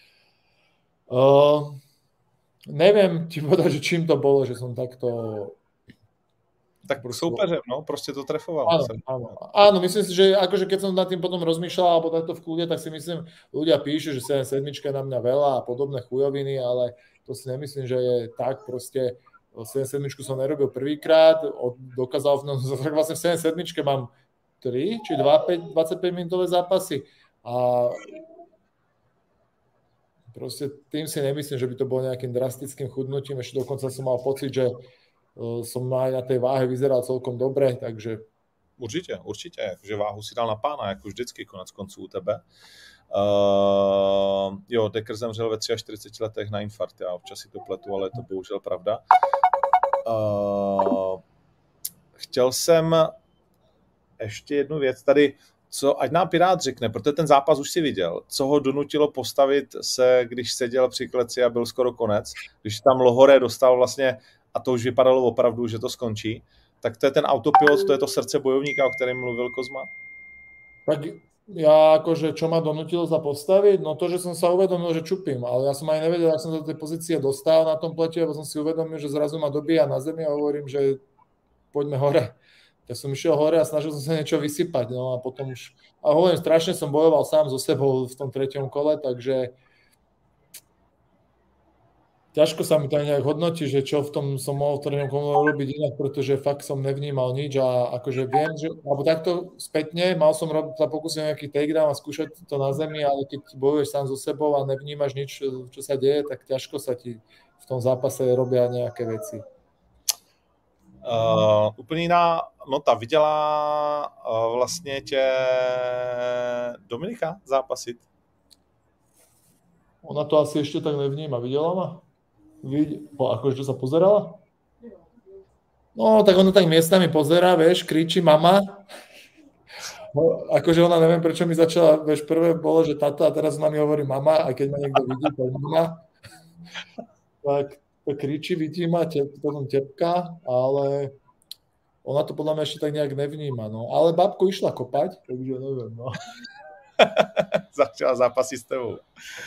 uh, neviem ti povedať, že čím to bolo, že som takto... Tak soupeřem, no, prostě to trefoval. Áno, áno. áno, myslím si, že akože keď som nad tým potom rozmýšľal, alebo takto v kľude, tak si myslím, ľudia píšu, že sedem sedem je na mňa veľa a podobné chujoviny, ale to si nemyslím, že je tak, proste sedem sedem som nerobil prvýkrát, dokázal, no, vlastne v sedem sedem mám tri či dva dvadsaťpäť minútové zápasy a proste tým si nemyslím, že by to bolo nejakým drastickým chudnutím, ešte dokonca som mal pocit, že som aj na tej váhe vyzeral celkom dobre, takže... Určitě, určitě, že váhu si dal na pána, jako vždycky konec konců u tebe. Uh, jo, Decker zemřel ve čtyřiceti třech letech na infarkt, já občas si to pletu, ale je to bohužel pravda. Uh, chtěl jsem ještě jednu věc tady, co, ať nám Pirát řekne, protože ten zápas už si viděl, co ho donutilo postavit se, když seděl při kleci a byl skoro konec, když tam Lohore dostal vlastně, a to už vypadalo opravdu, že to skončí, tak to je ten autopilot, to je to srdce bojovníka, o kterém mluvil Kozma? Tak ja akože, čo ma donutilo sa postaviť, no to, že som sa uvedomil, že čupím, ale ja som aj nevedel, ak som sa do tej pozície dostal na tom plete, lebo som si uvedomil, že zrazu ma dobíja na zemi a hovorím, že poďme hore. Tak som išiel hore a snažil som sa niečo vysypať, no a potom už, a hovorím, strašne som bojoval sám so sebou v tom treťom kole, takže ťažko sa mi to nejak hodnotí, že čo v tom som mohol v treťom kole robiť inak, pretože fakt som nevnímal nič a akože viem, že, alebo takto spätne, mal som robiť, sa pokúsiť nejaký takedown a skúšať to na zemi, ale keď bojuješ sám so sebou a nevnímaš nič, čo sa deje, tak ťažko sa ti v tom zápase robia nejaké veci. Uh, úplně jiná nota. Viděla uh, vlastně tě Dominika zápasit? Ona to asi ešte tak nevníma. Videla ma? Vid... Akože sa pozerala? No, tak ona tak miestami pozerá, vieš, kričí mama. No, akože ona neviem, prečo mi začala, vieš, prvé bolo, že táto a teraz ona mi hovorí mama, a keď ma niekto vidí, to je mama. Tak to kričí, vidí ma, tep, potom tepká, ale ona to podľa mňa ešte tak nejak nevníma, no. Ale babku išla kopať, takže neviem, no. Začala zápasy s tebou.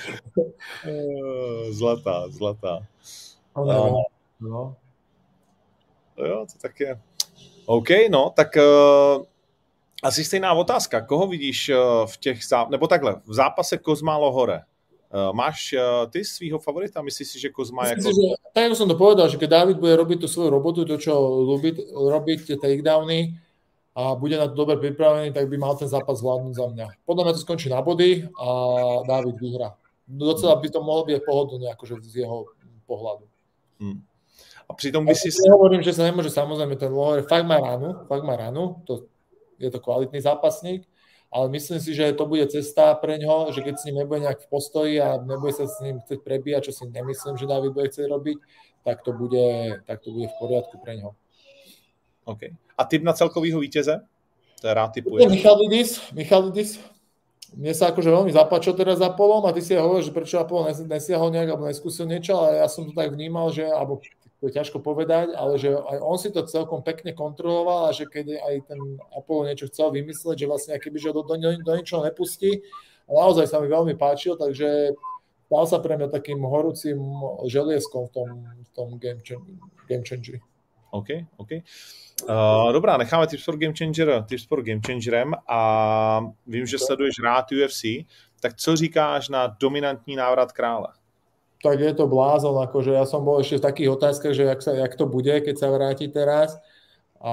Zlatá, zlatá. No, no. Jo, to tak je. OK, no, tak uh, asi stejná otázka. Koho vidíš uh, v těch záp... Nebo takhle, v zápase Kozma Lohore. Uh, máš uh, ty svýho favorita? Myslíš si, že Kozma je... Myslím si, že, tak ako som to povedal, že keď David bude robiť tú svoju robotu, to, čo ľubí robiť, tie takedowny, a bude na to dobre pripravený, tak by mal ten zápas zvládnuť za mňa. Podľa mňa to skončí na body a David vyhrá. Docela by to mohlo byť pohodlne, akože z jeho pohľadu. Hmm. A pritom by si... Ja hovorím, že sa nemôže, samozrejme, ten Lohore fakt má ránu, fakt má ránu, to, je to kvalitný zápasník, ale myslím si, že to bude cesta pre ňoho, že keď s ním nebude nejak v postoji a nebude sa s ním chcieť prebíjať, čo si nemyslím, že David bude chcieť robiť, tak to bude, tak to bude v poriadku pre ňoho. Okay. A typ na celkovýho vítěze? To je rád typuje. Michalidis, Michalidis. Mne sa akože veľmi zapáčil teraz za polom a ty si ja hovoríš, že prečo Apollo nesiahol nejak alebo neskúsil niečo, ale ja som to tak vnímal, že, alebo to je ťažko povedať, ale že aj on si to celkom pekne kontroloval a že keď aj ten Apollo niečo chcel vymysleť, že vlastne keby že do, do, do ničoho nepustí, a naozaj sa mi veľmi páčil, takže dal sa pre mňa takým horúcim želieskom v tom, v tom game, game changeri. OK, OK. Uh, dobrá, necháme Tipsport Game Changer Tipsport Game Changerem a vím, že sleduješ rád U F C, tak co říkáš na dominantní návrat krále? Tak je to blázon, akože ja som bol ešte v takých otázkach, že jak, sa, jak to bude, keď sa vráti teraz. A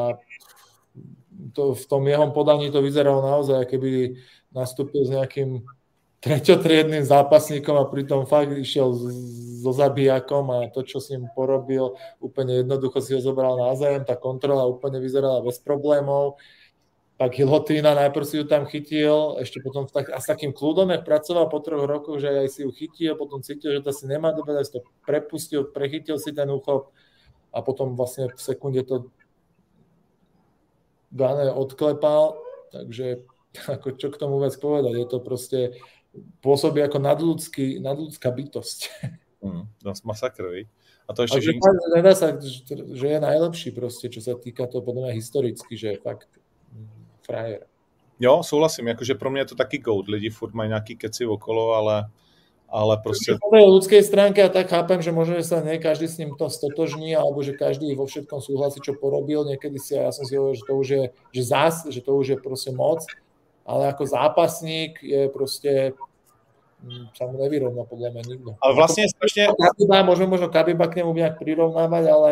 to, v tom jeho podaní to vyzeralo naozaj, keby nastúpil s nejakým treťotriednym zápasníkom a pritom fakt išiel so zabijakom a to, čo s ním porobil, úplne jednoducho si ho zobral na zem, tá kontrola úplne vyzerala bez problémov. Tak Hilhotina najprv si ju tam chytil, ešte potom tak, a s takým kľudom, jak pracoval po troch rokoch, že aj si ju chytil, potom cítil, že to si nemá dobre, si to prepustil, prechytil si ten úchop a potom vlastne v sekunde to Gane odklepal, takže ako čo k tomu vôbec povedať, je to proste pôsobí ako nadľudský, nadľudská bytosť. Mm, masakr, a to ešte, že, nedá sa, že je najlepší proste, čo sa týka toho podľa mňa historicky, že je fakt frajer. Jo, souhlasím, jakože pro mě je to taky goat, lidi furt mají nějaký keci okolo, ale, ale prostě... Po tej ľudskej stránke ja tak chápem, že možno, že sa nie každý s ním to stotožní, alebo že každý vo všetkom súhlasí, čo porobil, niekedy si, ja som si hovoril, že to už je, že zás, že to už je proste moc, ale ako zápasník je proste sa mu nevyrovná podľa mňa nikto. Ale vlastne strašne... Kabiba, možno, možno Kabiba k nemu nejak prirovnávať, ale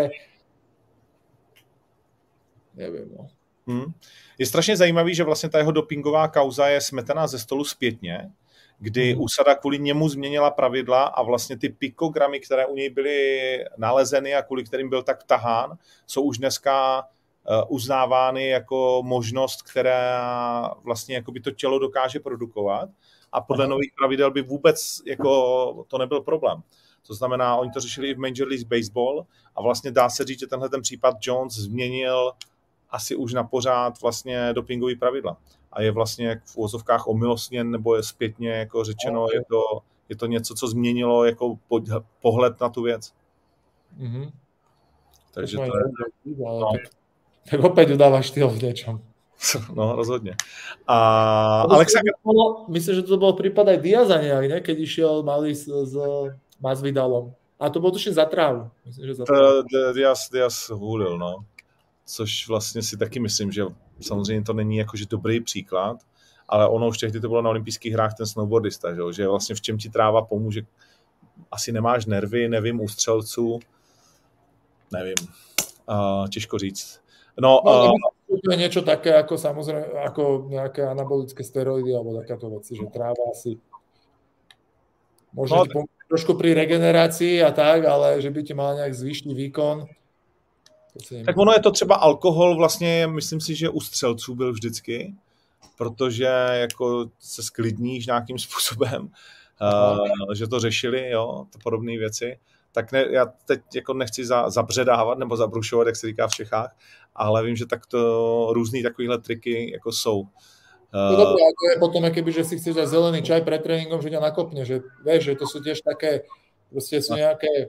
neviem, no. Hmm. Je strašně zajímavý, že vlastně ta jeho dopingová kauza je smetená ze stolu zpětně, kdy U S A D A kvůli němu změnila pravidla a vlastně ty pikogramy, které u něj byly nalezeny a kvůli kterým byl tak tahán, jsou už dneska uznávány jako možnost, která vlastně jakoby to tělo dokáže produkovat a podle nových pravidel by vůbec jako to nebyl problém. To znamená, oni to řešili i v Major League Baseball a vlastně dá se říct, že tenhle ten případ Jones změnil asi už na pořád vlastně dopingový pravidla. A je vlastně v úvozovkách omilostněn, nebo je zpětně jako řečeno, je to, je to něco, co změnilo jako pohled na tu věc. Mm-hmm. Takže to, to je... No. Tak, tak opět udáváš štýl v něčem. No, rozhodně. A Alexa... Myslím, že to byl případ aj Diaza nějak, ne? Keď išiel malý s, s Masvidalom. A to bylo tuším za trávu. Myslím, že za trávu. Diaz, Diaz hulil, no. Což vlastně si taky myslím, že samozřejmě to není jakože dobrý příklad, ale ono už tehdy to bylo na olympijských hrách ten snowboardista, že, že vlastně v čem ti tráva pomůže, asi nemáš nervy, nevím, u střelců, nevím, uh, těžko říct. No, no uh, to je niečo také, ako samozrejme, ako nejaké anabolické steroidy, alebo takáto veci, že tráva asi môže no, ti pomôcť trošku pri regenerácii a tak, ale že by ti mal nejak zvýšný výkon. Tak ono je to třeba alkohol, vlastně myslím si, že u střelců byl vždycky, protože jako se sklidníš nějakým způsobem, uh, že to řešili, jo, to podobné věci. Tak ne, já teď jako nechci za, zabředávat nebo zabrušovat, jak se říká v Čechách, ale vím, že takto různý takovýhle triky jako jsou. Uh, no dobré, a to je potom, keby, že si chceš dať zelený čaj pred tréningom, že ťa nakopne, že vieš, že to sú tiež také, proste sú nejaké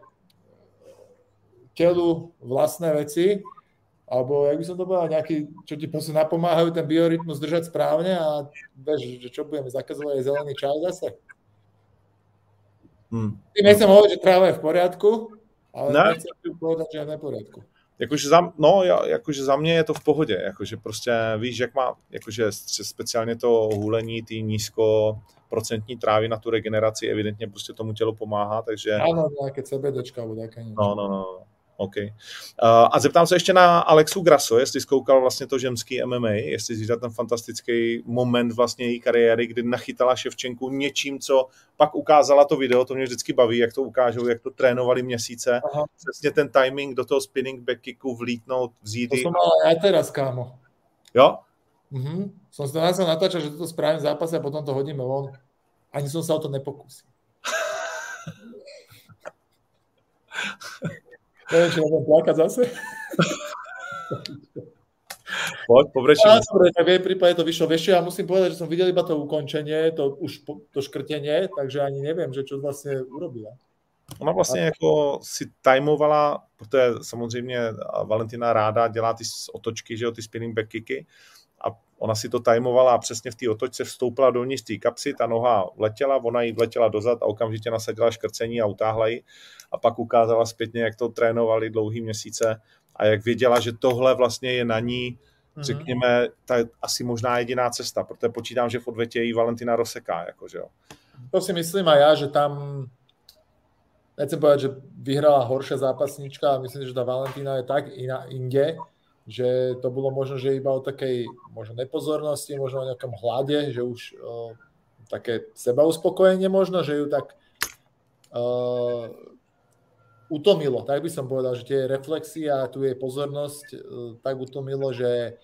telu vlastné veci, alebo jak by som to povedal, nejaký, čo ti proste napomáhajú ten biorytmus držať správne a vieš, že čo budeme zakazovať aj zelený čaj zase. Hmm. Tým nechcem hovoriť, že tráva je v poriadku, ale ne. Nechcem povedať, že je v neporiadku. Jakože za, no, jakože za mě je to v pohodě, jakože prostě víš, jak má, jakože speciálně to hulení té nízkoprocentní trávy na tu regeneraci evidentně prostě tomu tělu pomáhá, takže... Ano, nějaké CBDčka nebo také něco. No, no, no. OK. Uh, a zeptám se ještě na Alexu Grasso, jestli zkoukal vlastně to ženský M M A, jestli zvířat ten fantastický moment vlastně její kariéry, kdy nachytala Ševčenku něčím, co pak ukázala to video, to mě vždycky baví, jak to ukážou, jak to trénovali měsíce. Aha. Přesně ten timing do toho spinning back kicku vlítnout, vzít. To som mal aj teraz, kámo. Jo? Mhm. Som si to následne natáčal, že toto spravím v zápase a potom to hodíme von. Ani som sa o to nepokúsil. Neviem, či nebudem plakať zase. Poď, povrečíme. Tak v jej prípade to vyšlo. Vieš, ja musím povedať, že som videl iba to ukončenie, to už to škrtenie, takže ani neviem, že čo vlastne urobila. Ona vlastně a... jako si tajmovala, protože samozřejmě Valentina ráda dělá ty otočky, že jo, ty spinning back kicky, a ona si to tajmovala a přesně v té otočce vstoupila dovnitř té kapsy, ta noha letěla, ona jí vletěla dozad a okamžitě nasadila škrcení a utáhla ji a pak ukázala zpětně, jak to trénovali dlouhý měsíce a jak věděla, že tohle vlastně je na ní, řekněme, ta asi možná jediná cesta, protože počítám, že v odvetě jí Valentina rozseká, jakože jo. To si myslím aj ja, že tam nechcem povedať, že vyhrala horšia zápasníčka, ale myslím, že tá Valentína je tak iná inde, že to bolo možno, že iba o takej možno nepozornosti, možno o nejakom hlade, že už o, také sebauspokojenie možno, že ju tak o, utomilo, tak by som povedal, že tie reflexie a tu jej pozornosť o, tak utomilo, že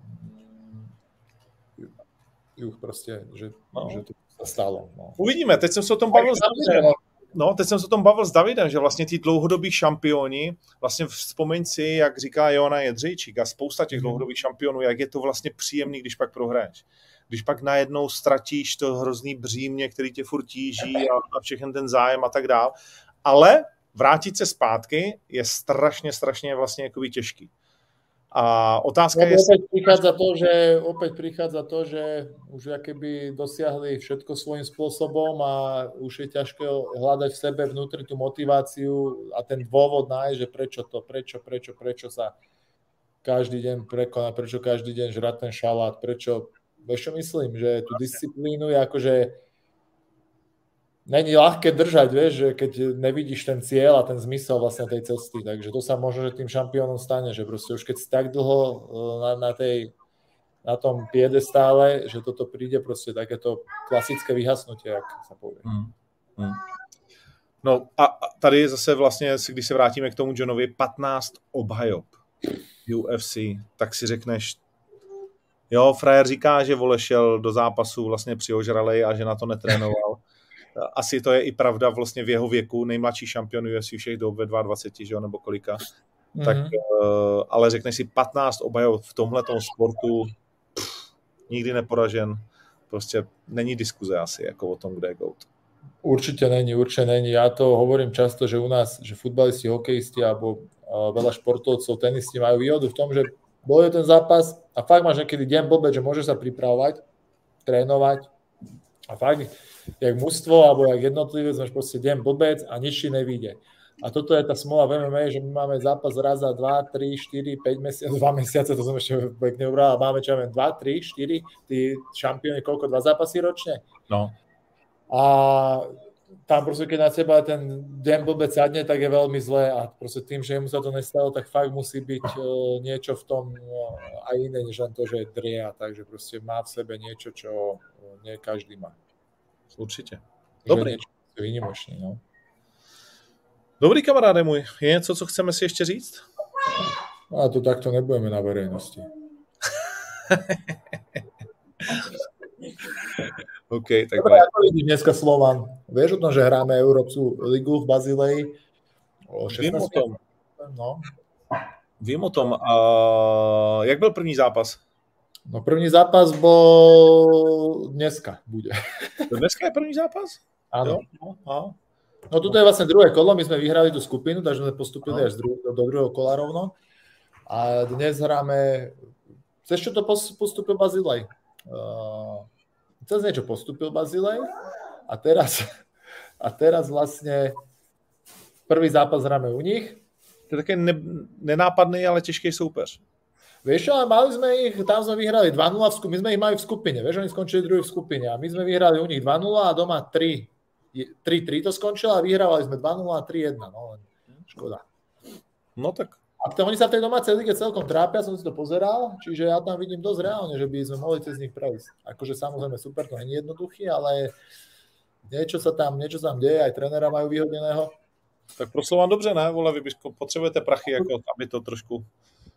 ju proste, že, no. že to sa stalo. No. Uvidíme, teď jsem se o tom bavil s Davidem. No, teď jsem se o tom bavil s Davidem, že vlastně ty dlouhodobí šampioni, vlastně vzpomeň si, jak říká Joana Jedřejčík a spousta těch dlouhodobých šampionů, jak je to vlastně příjemný, když pak prohraješ. Když pak najednou ztratíš to hrozný břímě, který tě furt tíží a, a všechen ten zájem a tak dál. Ale vrátit se zpátky je strašně, strašně vlastně jakoby těžký. A otázka no, je... Opäť prichádza to, že, opäť prichádza to, že už akéby dosiahli všetko svojím spôsobom a už je ťažké hľadať v sebe vnútri tú motiváciu a ten dôvod nájsť, že prečo to, prečo, prečo, prečo sa každý deň prekoná, prečo každý deň žrať ten šalát, prečo, vieš čo myslím, že tú disciplínu je akože není ľahké držať, vieš, že keď nevidíš ten cieľ a ten zmysel vlastne tej cesty, takže to sa možno, že tým šampiónom stane, že proste už keď si tak dlho na, na, tej, na tom piedestále, že toto príde proste takéto klasické vyhasnutie, jak sa povie. Hmm. Hmm. No a tady zase vlastně, když se vrátíme k tomu Johnovi, patnáct obhajob U F C, tak si řekneš, jo, frajer říká, že vole šel do zápasu vlastně přiožralej a že na to netrénoval. Asi to je i pravda vlastně v jeho věku, nejmladší šampion U F C všech dob ve dvacet dva, že jo, nebo kolika. Mm-hmm. Tak, uh, ale řekneš si patnáct obhajob v tomhletom sportu, pff, nikdy neporažen, prostě není diskuze asi jako o tom, kde je GOAT. Určite není, určite není. Ja to hovorím často, že u nás, že futbalisti, hokejisti alebo uh, veľa športovcov, tenisti majú výhodu v tom, že bol je ten zápas a fakt máš niekedy deň blbec, že môžeš sa pripravovať, trénovať a fakt jak mužstvo alebo jak jednotlivec máš proste deň blbec a nič ti nevíde. A toto je tá smola v em em á, že my máme zápas raz za dva, tri, štyri, päť mesiace, dva mesiace, to som ešte pekne ubral, a máme čo ja viem, dva, tri, štyri, tí šampióni, koľko, dva zápasy ročne? No. A tam proste, keď na teba ten deň blbec sadne, tak je veľmi zlé a proste tým, že mu sa to nestalo, tak fakt musí byť uh, niečo v tom uh, aj iné, než len to, že je dria, takže proste má v sebe niečo, čo uh, nie každý má. Určitě. Dobrý. Výnimočný, no. Dobrý, kamaráde můj. Je něco, co chceme si ještě říct? A to takto nebudeme na verejnosti. OK, tak dobre, ako vidíš dneska Slovan? Vieš o tom, že hráme Európsku ligu v Bazileji? Vím o tom. No. Vím o tom. Uh, jak byl první zápas? No první zápas bol dneska bude. Dneska je první zápas? Áno. No, no toto je vlastne druhé kolo, my sme vyhrali tú skupinu, takže sme postupili no. až do, do druhého kola rovno. A dnes hráme, cez čo to postupil Bazilej? Uh, cez niečo postupil Bazilej a teraz, a teraz vlastne prvý zápas hráme u nich. To je také ne, nenápadný, ale těžký soupeř. Vieš čo, ale mali sme ich, tam sme vyhrali dva nula, v skupine, my sme ich mali v skupine, vieš, oni skončili druhý v skupine a my sme vyhrali u nich dva nula a doma tri tri to skončilo a vyhrávali sme dva nula a tri jedna, no len škoda. No tak. A to, oni sa v tej domácej lige celkom trápia, som si to pozeral, čiže ja tam vidím dosť reálne, že by sme mohli cez nich prejsť. Akože samozrejme super, to nie je jednoduchý, ale niečo sa tam, niečo sa tam deje, aj trénera majú vyhodneného. Tak pro Slovan dobře, ne? Vole, vy potřebujete prachy, jako, aby to trošku...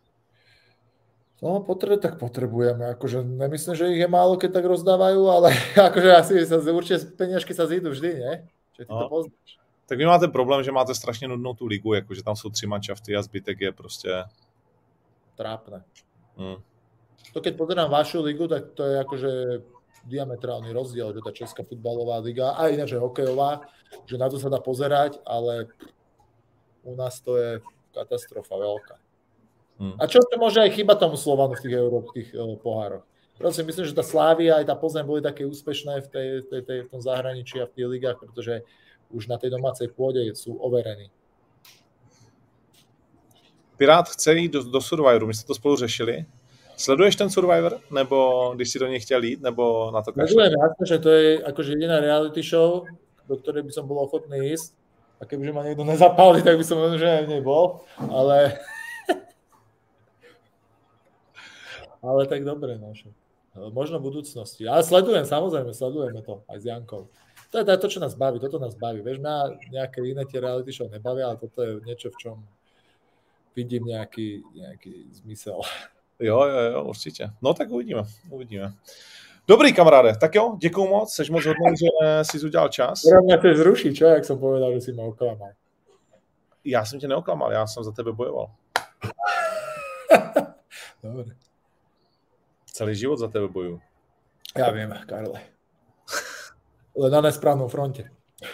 No, potre, tak potrebujeme. Akože nemyslím, že ich je málo, keď tak rozdávajú, ale akože asi sa, určite peniažky sa zídu vždy, nie? Čiže ty no. to poznáš. Tak vy máte problém, že máte strašně nudnou tu ligu, jakože tam jsou tři manšafty a zbytek je prostě... Trápne. Hmm. To keď pozerám vašu ligu, tak to je akože diametrálny rozdiel, že tá česká futbalová liga, a ináč je hokejová, že na to sa dá pozerať, ale u nás to je katastrofa veľká. Hmm. A čo to môže aj chyba tomu Slovanu v tých európskych uh, pohároch? proste myslím, že tá Slávia aj tá Plzeň boli také úspešné v, tej, tej, tej, v tom zahraničí a v tých ligách, pretože už na tej domácej pôde sú overení. Pirát chce jít do, do Survivoru, my jste to spolu řešili. Sleduješ ten Survivor, nebo když si do něj chtěl jít, nebo na to kašle? Sledujem, jasne, že to je akože jediná reality show, do ktorej by som bol ochotný ísť. A kebyže ma niekto nezapálí, tak by som možno, že aj v nej bol. Ale... ale tak dobre, no. Možno v budúcnosti. Ale sledujem, samozrejme, sledujeme to aj s Jankou. To je to, čo nás baví, toto nás baví. Vieš, mňa nejaké iné tie reality show nebavia, ale toto je niečo, v čom vidím nejaký, nejaký zmysel. Jo, jo, jo, určitě. No tak uvidíme, uvidíme. Dobrý, kamaráde, tak jo, děkuju moc, seš moc hodný, že jsi udělal čas. Mě to zruší, čo, jak jsem povedal, že jsi mě oklamal. Já jsem tě neoklamal, já jsem za tebe bojoval. Dobre. Celý život za tebe bojuju. Já vím, Karle. Ale na nesprávnou fronte.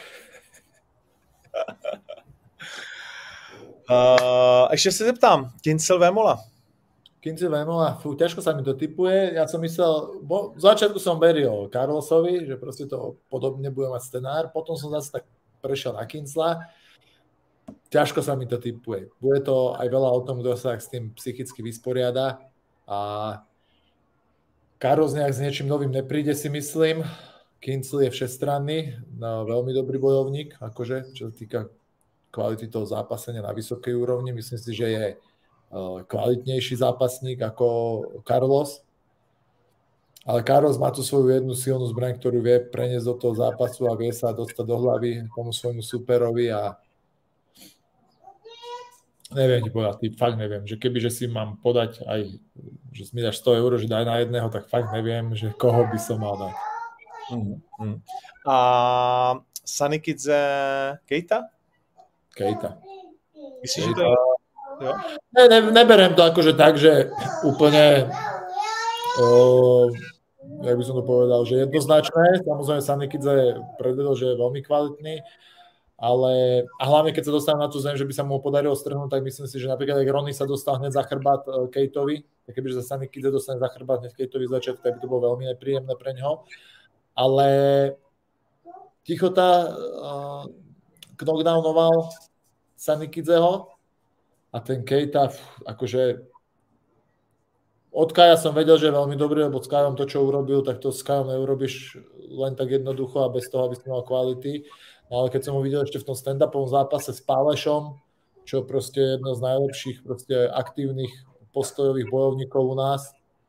Uh, ještě se zeptám, Kincel Vémola. Kincel Vémola, fú, ťažko sa mi to typuje. Ja som myslel, bo v začiatku som veril Carlosovi, že proste to podobne bude mať scenár, potom som zase tak prešiel na Kincla. Ťažko sa mi to typuje. Bude to aj veľa o tom, kto sa s tým psychicky vysporiada a Carlos nejak s niečím novým nepríde, si myslím. Kincl je všestranný, no, veľmi dobrý bojovník, akože, čo sa týka kvality toho zápasenia na vysokej úrovni. Myslím si, že je kvalitnejší zápasník ako Carlos. Ale Carlos má tu svoju jednu silnú zbraň, ktorú vie preniesť do toho zápasu a vie sa dostať do hlavy tomu svojmu superovi a neviem ti povedať, fakt neviem, že keby, že si mám podať aj, že mi dáš sto eur, že daj na jedného, tak fakt neviem, že koho by som mal dať. Mm-hmm. A Sanikidze Keita? Keita. Myslíš, že to je... Jo? Ne, ne, neberiem to akože tak, že úplne o, jak by som to povedal, že jednoznačné. Samozrejme Sanikidze predvedol, že je veľmi kvalitný, ale a hlavne keď sa dostane na tú zem, že by sa mu podarilo strhnúť, tak myslím si, že napríklad aj Ronny sa dostal hneď za chrbát Keitovi, tak kebyže sa Sanikidze dostane za chrbát hneď Keitovi z začiatku, tak by to bolo veľmi nepríjemné pre ňoho. Ale Tichota uh, knockdownoval Sanikidzeho a ten Keita, akože od Kaja som vedel, že je veľmi dobrý, lebo s Kajom to, čo urobil, tak to s Kajom neurobíš len tak jednoducho a bez toho, aby si mal kvality. No ale keď som ho videl ešte v tom stand-upovom zápase s Pálešom, čo proste je jedno z najlepších proste aktívnych postojových bojovníkov u nás,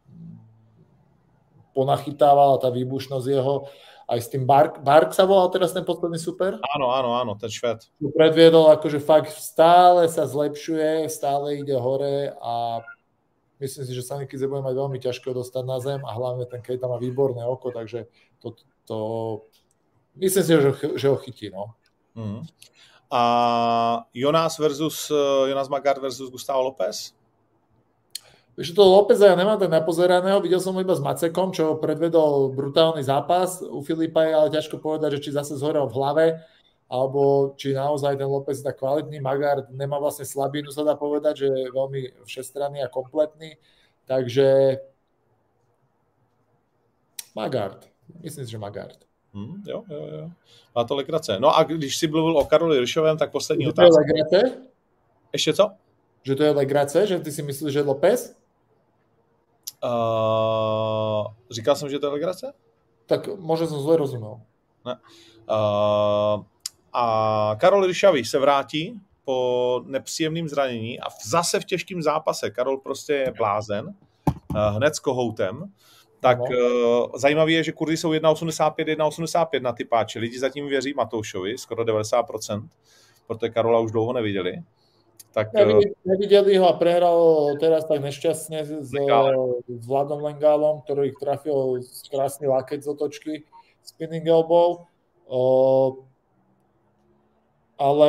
ponachytával tá výbušnosť jeho, aj s tým Bark, Bark sa volal teraz ten posledný super? Áno, áno, áno, ten Švéd. Predviedol, akože fakt stále sa zlepšuje, stále ide hore a myslím si, že Sanikidze bude mať veľmi ťažko dostať na zem a hlavne ten Keita má výborné oko, takže to, to myslím si, že, že ho chytí, no. Mm. A Jonas versus Jonas Magard versus Gustavo Lopez? Vieš, to Lópeza ja nemám tak napozeraného, videl som ho iba s Macekom, čo predvedol brutálny zápas. U Filipa je ale ťažko povedať, že či zase zhorel v hlave, alebo či naozaj ten López je tak kvalitný. Magard nemá vlastne slabinu, sa dá povedať, že je veľmi všestranný a kompletný. Takže Magard. Myslím si, že Magard. Hmm, jo, jo, jo. Má to legrace. No a když si mluvil o Karoli Ryšovém, tak poslední že otázka. To je legrace? Ještě co? Že to je legrace? Že ty si myslíš, že López? Uh, říkal jsem, že to je legrace? Tak možná jsem zle rozuměl. Ne. Uh, a Karol Ryšavý se vrátí po nepříjemným zranění a zase v těžkém zápase. Karol prostě je blázen, uh, hned s kohoutem. Tak no. uh, zajímavé je, že kurzy jsou jedna osmdesát pět, jedna osmdesát pět na typáči. Lidi zatím věří Matoušovi, skoro devadesát procent, protože Karola už dlouho neviděli. Tak, Nevideli, nevideli ho a prehral teraz tak nešťastne s, s Vladom Lengálom, ktorý ich trafil z krásny lakeť z otočky, spinning elbow. O, ale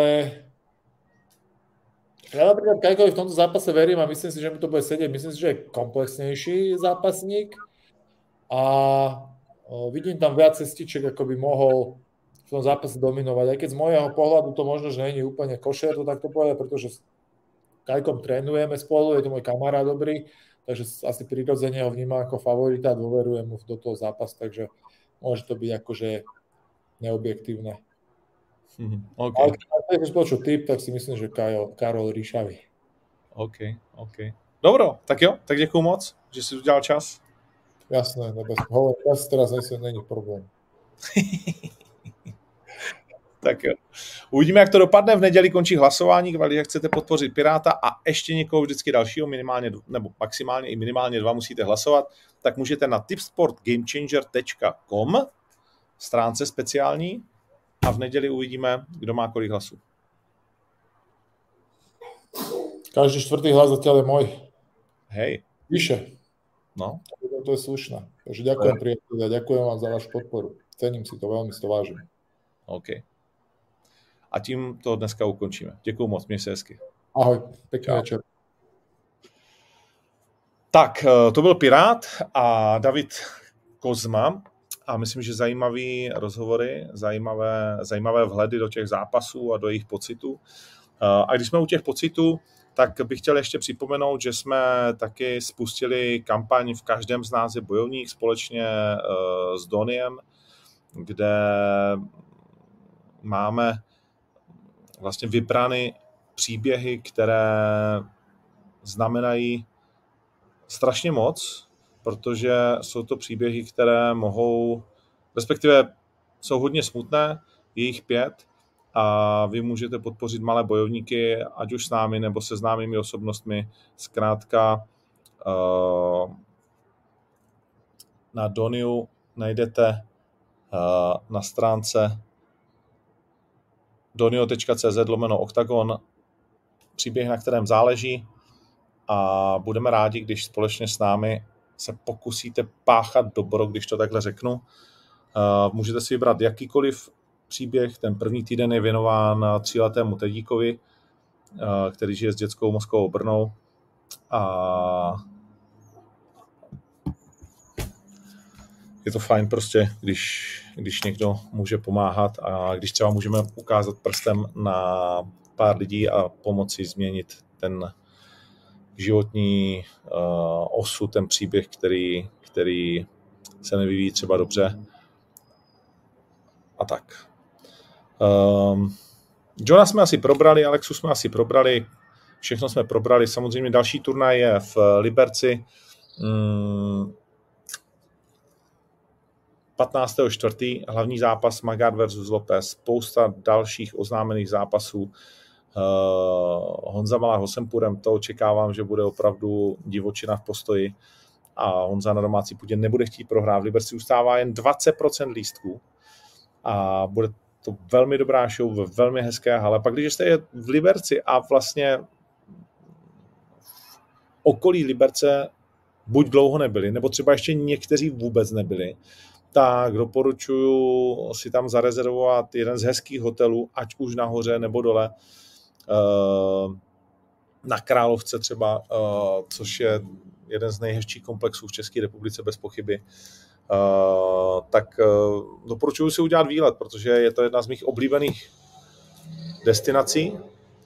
ja napríklad Kajkovi v tomto zápase verím a myslím si, že mi to bude sedieť. Myslím si, že je komplexnejší zápasník a o, vidím tam viac cestiček, ako by mohol v tom zápase dominovať. Aj keď z môjho pohľadu to možno, že nie je úplne košer, to takto povedať, pretože s Kajkom trénujeme spolu, je to môj kamarát dobrý, takže asi prirodzene ho vnímam ako favorita a dôverujem mu do toho zápasu, takže môže to byť akože neobjektívne. Mm-hmm. Okay. Ale keď si spočul tip, tak si myslím, že Karol, Karol Ríšavý. OK, OK. Dobro, tak jo, tak děkuju moc, že jsi udělal čas. Jasné, nebez. Hovor, čas teraz není problém. Tak jo. Uvidíme, jak to dopadne. V neděli končí hlasování, když chcete podpořit Piráta a ještě někoho vždycky dalšího, minimálně, nebo maximálně i minimálně dva musíte hlasovat, tak můžete na tipsport gamechanger tečka com stránce speciální a v neděli uvidíme, kdo má kolik hlasů. Každý čtvrtý hlas zatiaľ je môj. Hej. Vyše. No. To je slušné. Takže ďakujem, priatelia, ďakujem vám za vašu podporu. Cením si to, veľmi si to vážim. OK. A tím to dneska ukončíme. Děkuju moc, měj se hezky. Ahoj, pekný večer. Tak, to byl Pirát a David Kozma a myslím, že zajímavý rozhovory, zajímavé, zajímavé vhledy do těch zápasů a do jejich pocitů. A když jsme u těch pocitů, tak bych chtěl ještě připomenout, že jsme taky spustili kampaň V každém z nás je bojovník společně s Doniem, kde máme vlastně vybrany příběhy, které znamenají strašně moc, protože jsou to příběhy, které mohou, respektive jsou hodně smutné, je jich pět a vy můžete podpořit malé bojovníky, ať už s námi nebo se známými osobnostmi. Zkrátka na Doniu najdete na stránce donio tečka cz lomeno oktagon příběh, na kterém záleží a budeme rádi, když společně s námi se pokusíte páchat dobro, když to takhle řeknu. Můžete si vybrat jakýkoliv příběh. Ten první týden je věnován tříletému Tedíkovi, který žije s dětskou mozkovou obrnou a je to fajn prostě, když, když někdo může pomáhat a když třeba můžeme ukázat prstem na pár lidí a pomoci změnit ten životní uh, osud, ten příběh, který, který se nevyvíjí třeba dobře. A tak. Um, Johna jsme asi probrali, Alexu jsme asi probrali, všechno jsme probrali. Samozřejmě další turnaj je v Liberci. Um, patnáctého čtvrtého hlavní zápas Magard versus Lopez, spousta dalších oznámených zápasů. Uh, Honza Malá Hosempurem, to očekávám, že bude opravdu divočina v postoji a Honza na domácí půdě nebude chtít prohrát. V Liberci zůstává jen dvacet procent lístků a bude to velmi dobrá show ve velmi hezké hale. Pak když jste v Liberci a vlastně v okolí Liberce buď dlouho nebyli, nebo třeba ještě někteří vůbec nebyli, tak doporučuji si tam zarezervovat jeden z hezkých hotelů, ať už nahoře nebo dole, na Královce třeba, což je jeden z nejhezčích komplexů v České republice bez pochyby. Tak doporučuji si udělat výlet, protože je to jedna z mých oblíbených destinací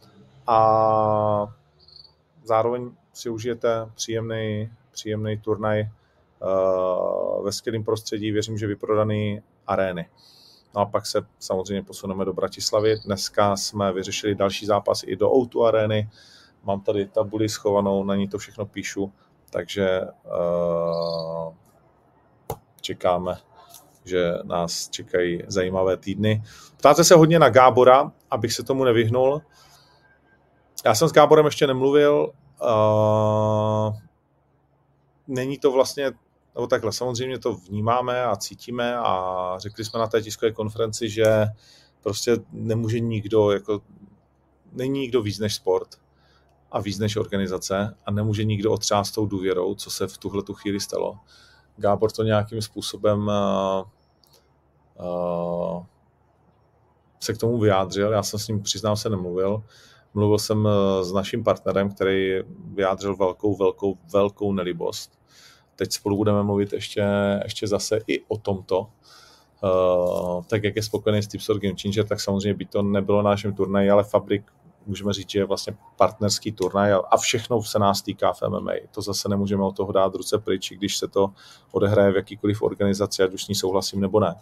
a zároveň si užijete příjemný, příjemný turnaj ve skvělém prostředí, věřím, že vyprodaný arény. No a pak se samozřejmě posuneme do Bratislavy. Dneska jsme vyřešili další zápas i do ó dva arény. Mám tady tabuli schovanou, na ní to všechno píšu, takže uh, čekáme, že nás čekají zajímavé týdny. Ptáte se hodně na Gábora, abych se tomu nevyhnul. Já jsem s Gáborem ještě nemluvil. Uh, není to vlastně nebo takhle, samozřejmě to vnímáme a cítíme a řekli jsme na té tiskové konferenci, že prostě nemůže nikdo, jako není nikdo víc než sport a víc než organizace a nemůže nikdo otřást tou důvěrou, co se v tuhletu chvíli stalo. Gábor to nějakým způsobem uh, uh, se k tomu vyjádřil, já jsem s ním, přiznám se, nemluvil. Mluvil jsem s naším partnerem, který vyjádřil velkou, velkou, velkou nelibost. Teď spolu budeme mluvit ještě, ještě zase i o tomto. Uh, tak jak je spokojený s Tipsport Game Changer, tak samozřejmě by to nebylo na našem turnaji, ale Fabrik můžeme říct, že je vlastně partnerský turnaj a všechno se nás týká v M M A. To zase nemůžeme od toho dát ruce pryč, když se to odehraje v jakýkoliv organizaci, ať už s ní souhlasím nebo ne.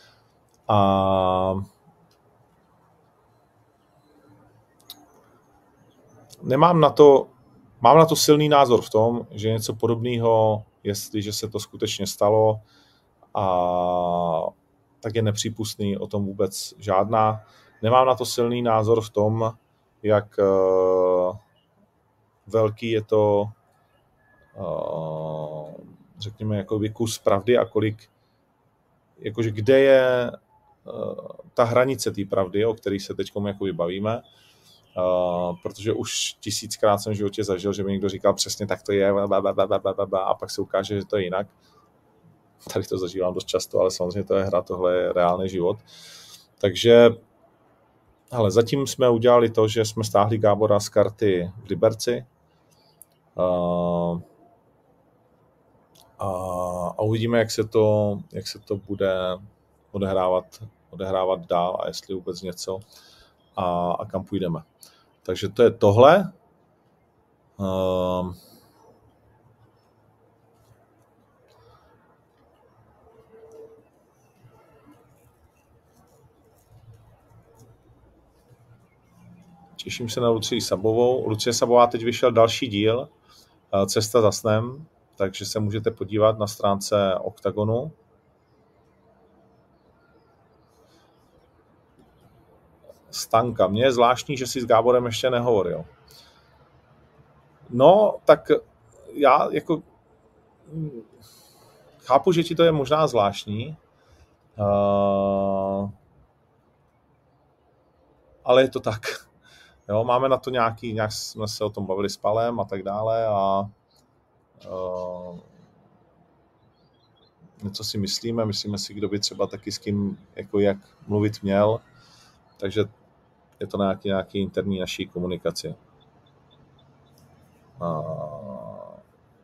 A nemám na to, mám na to silný názor v tom, že něco podobného, jestliže se to skutečně stalo, a tak je nepřípustný, o tom vůbec žádná. Nemám na to silný názor v tom, jak uh, velký je to, uh, řekněme, jakoby kus pravdy a kolik, jakože kde je uh, ta hranice té pravdy, o které se teď jakoby bavíme, uh, protože už tisíckrát jsem v životě zažil, že mi někdo říkal přesně tak to je a pak se ukáže, že to je jinak. Tady to zažívám dost často, ale samozřejmě to je hra, tohle je reálný život. Takže hele, zatím jsme udělali to, že jsme stáhli Gábora z karty v Liberci uh, a, a uvidíme, jak se to, jak se to bude odehrávat, odehrávat dál a jestli vůbec něco a, a kam půjdeme. Takže to je tohle. Uh, Těším se na Lucii Sabovou. Lucie Sabová teď vyšel další díl, Cesta za snem, takže se můžete podívat na stránce Oktagonu. Stanka. Mně je zvláštní, že si s Gáborem ještě nehovoril. No, tak já jako chápu, že ti to je možná zvláštní, uh, ale je to tak. Jo, máme na to nějaký, nějak jsme se o tom bavili s Palem a tak dále a uh, něco si myslíme, myslíme si, kdo by třeba taky s kým, jako jak mluvit měl, takže je to nějaký, nějaký interní naší komunikaci. Uh,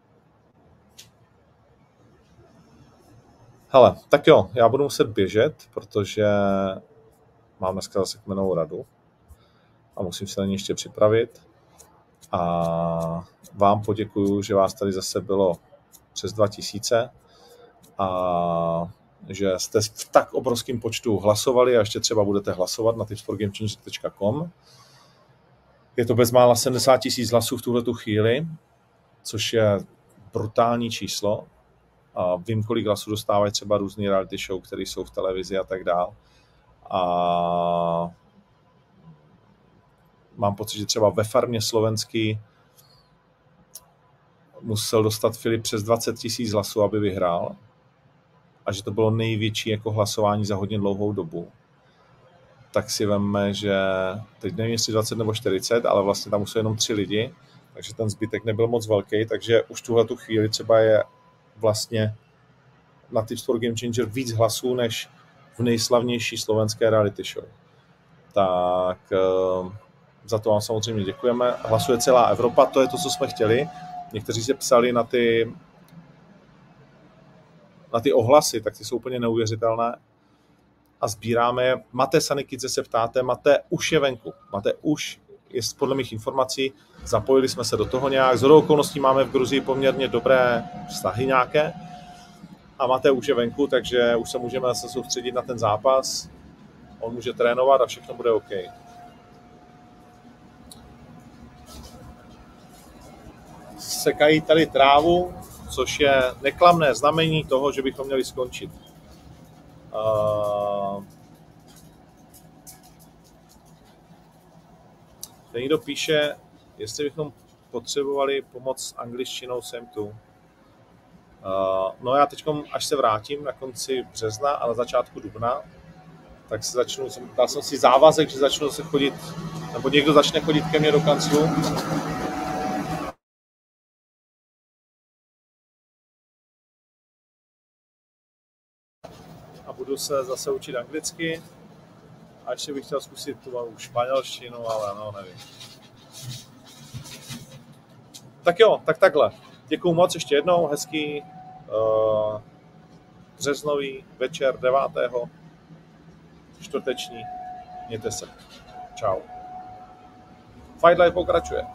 hele, tak jo, já budu muset běžet, protože mám dneska zase kmenovou radu a musím se na ní ještě připravit. A vám poděkuju, že vás tady zase bylo přes dva tisíce a že jste v tak obrovském počtu hlasovali a ještě třeba budete hlasovat na tipsportgamechanger tečka com. Je to bezmála sedmdesát tisíc hlasů v tuhletu chvíli, což je brutální číslo. A vím, kolik hlasů dostávají třeba různý reality show, které jsou v televizi a tak dál. A mám pocit, že třeba ve Farmě slovenský musel dostat Filip přes dvacet tisíc hlasů, aby vyhrál. A že to bylo největší jako hlasování za hodně dlouhou dobu. Tak si vemme, že teď nevím, jestli dvacet nebo čtyřicet, ale vlastně tam jsou jenom tři lidi, takže ten zbytek nebyl moc velký, takže už tuhle tu chvíli třeba je vlastně na Tipsport Game Changer víc hlasů, než v nejslavnější slovenské reality show. Tak za to vám samozřejmě děkujeme. Hlasuje celá Evropa, to je to, co jsme chtěli. Někteří se psali na ty, na ty ohlasy, tak ty jsou úplně neuvěřitelné. A sbíráme je. Mate Sanikidze se ptáte, Mate už je venku. Mate už je podle mých informací, zapojili jsme se do toho nějak. Z okolností máme v Gruzii poměrně dobré vztahy nějaké. A Mate už je venku, takže už se můžeme zase soustředit na ten zápas. On může trénovat a všechno bude OK. Sekají tady trávu, což je neklamné znamení toho, že bychom měli skončit. Uh, někdo píše, jestli bychom potřebovali pomoc s angličtinou, jsem tu. Uh, no já teď, až se vrátím na konci března a na začátku dubna, tak se začnu, dal jsem si závazek, že začnu se chodit, nebo někdo začne chodit ke mně do kanclu. A budu se zase učit anglicky. A ještě bych chtěl zkusit tu španělštinu, ale no, nevím. Tak jo, tak takhle. Děkuju moc ještě jednou, hezký uh, březnový večer devátého čtvrteční. Mějte se. Čau. Fight Life pokračuje.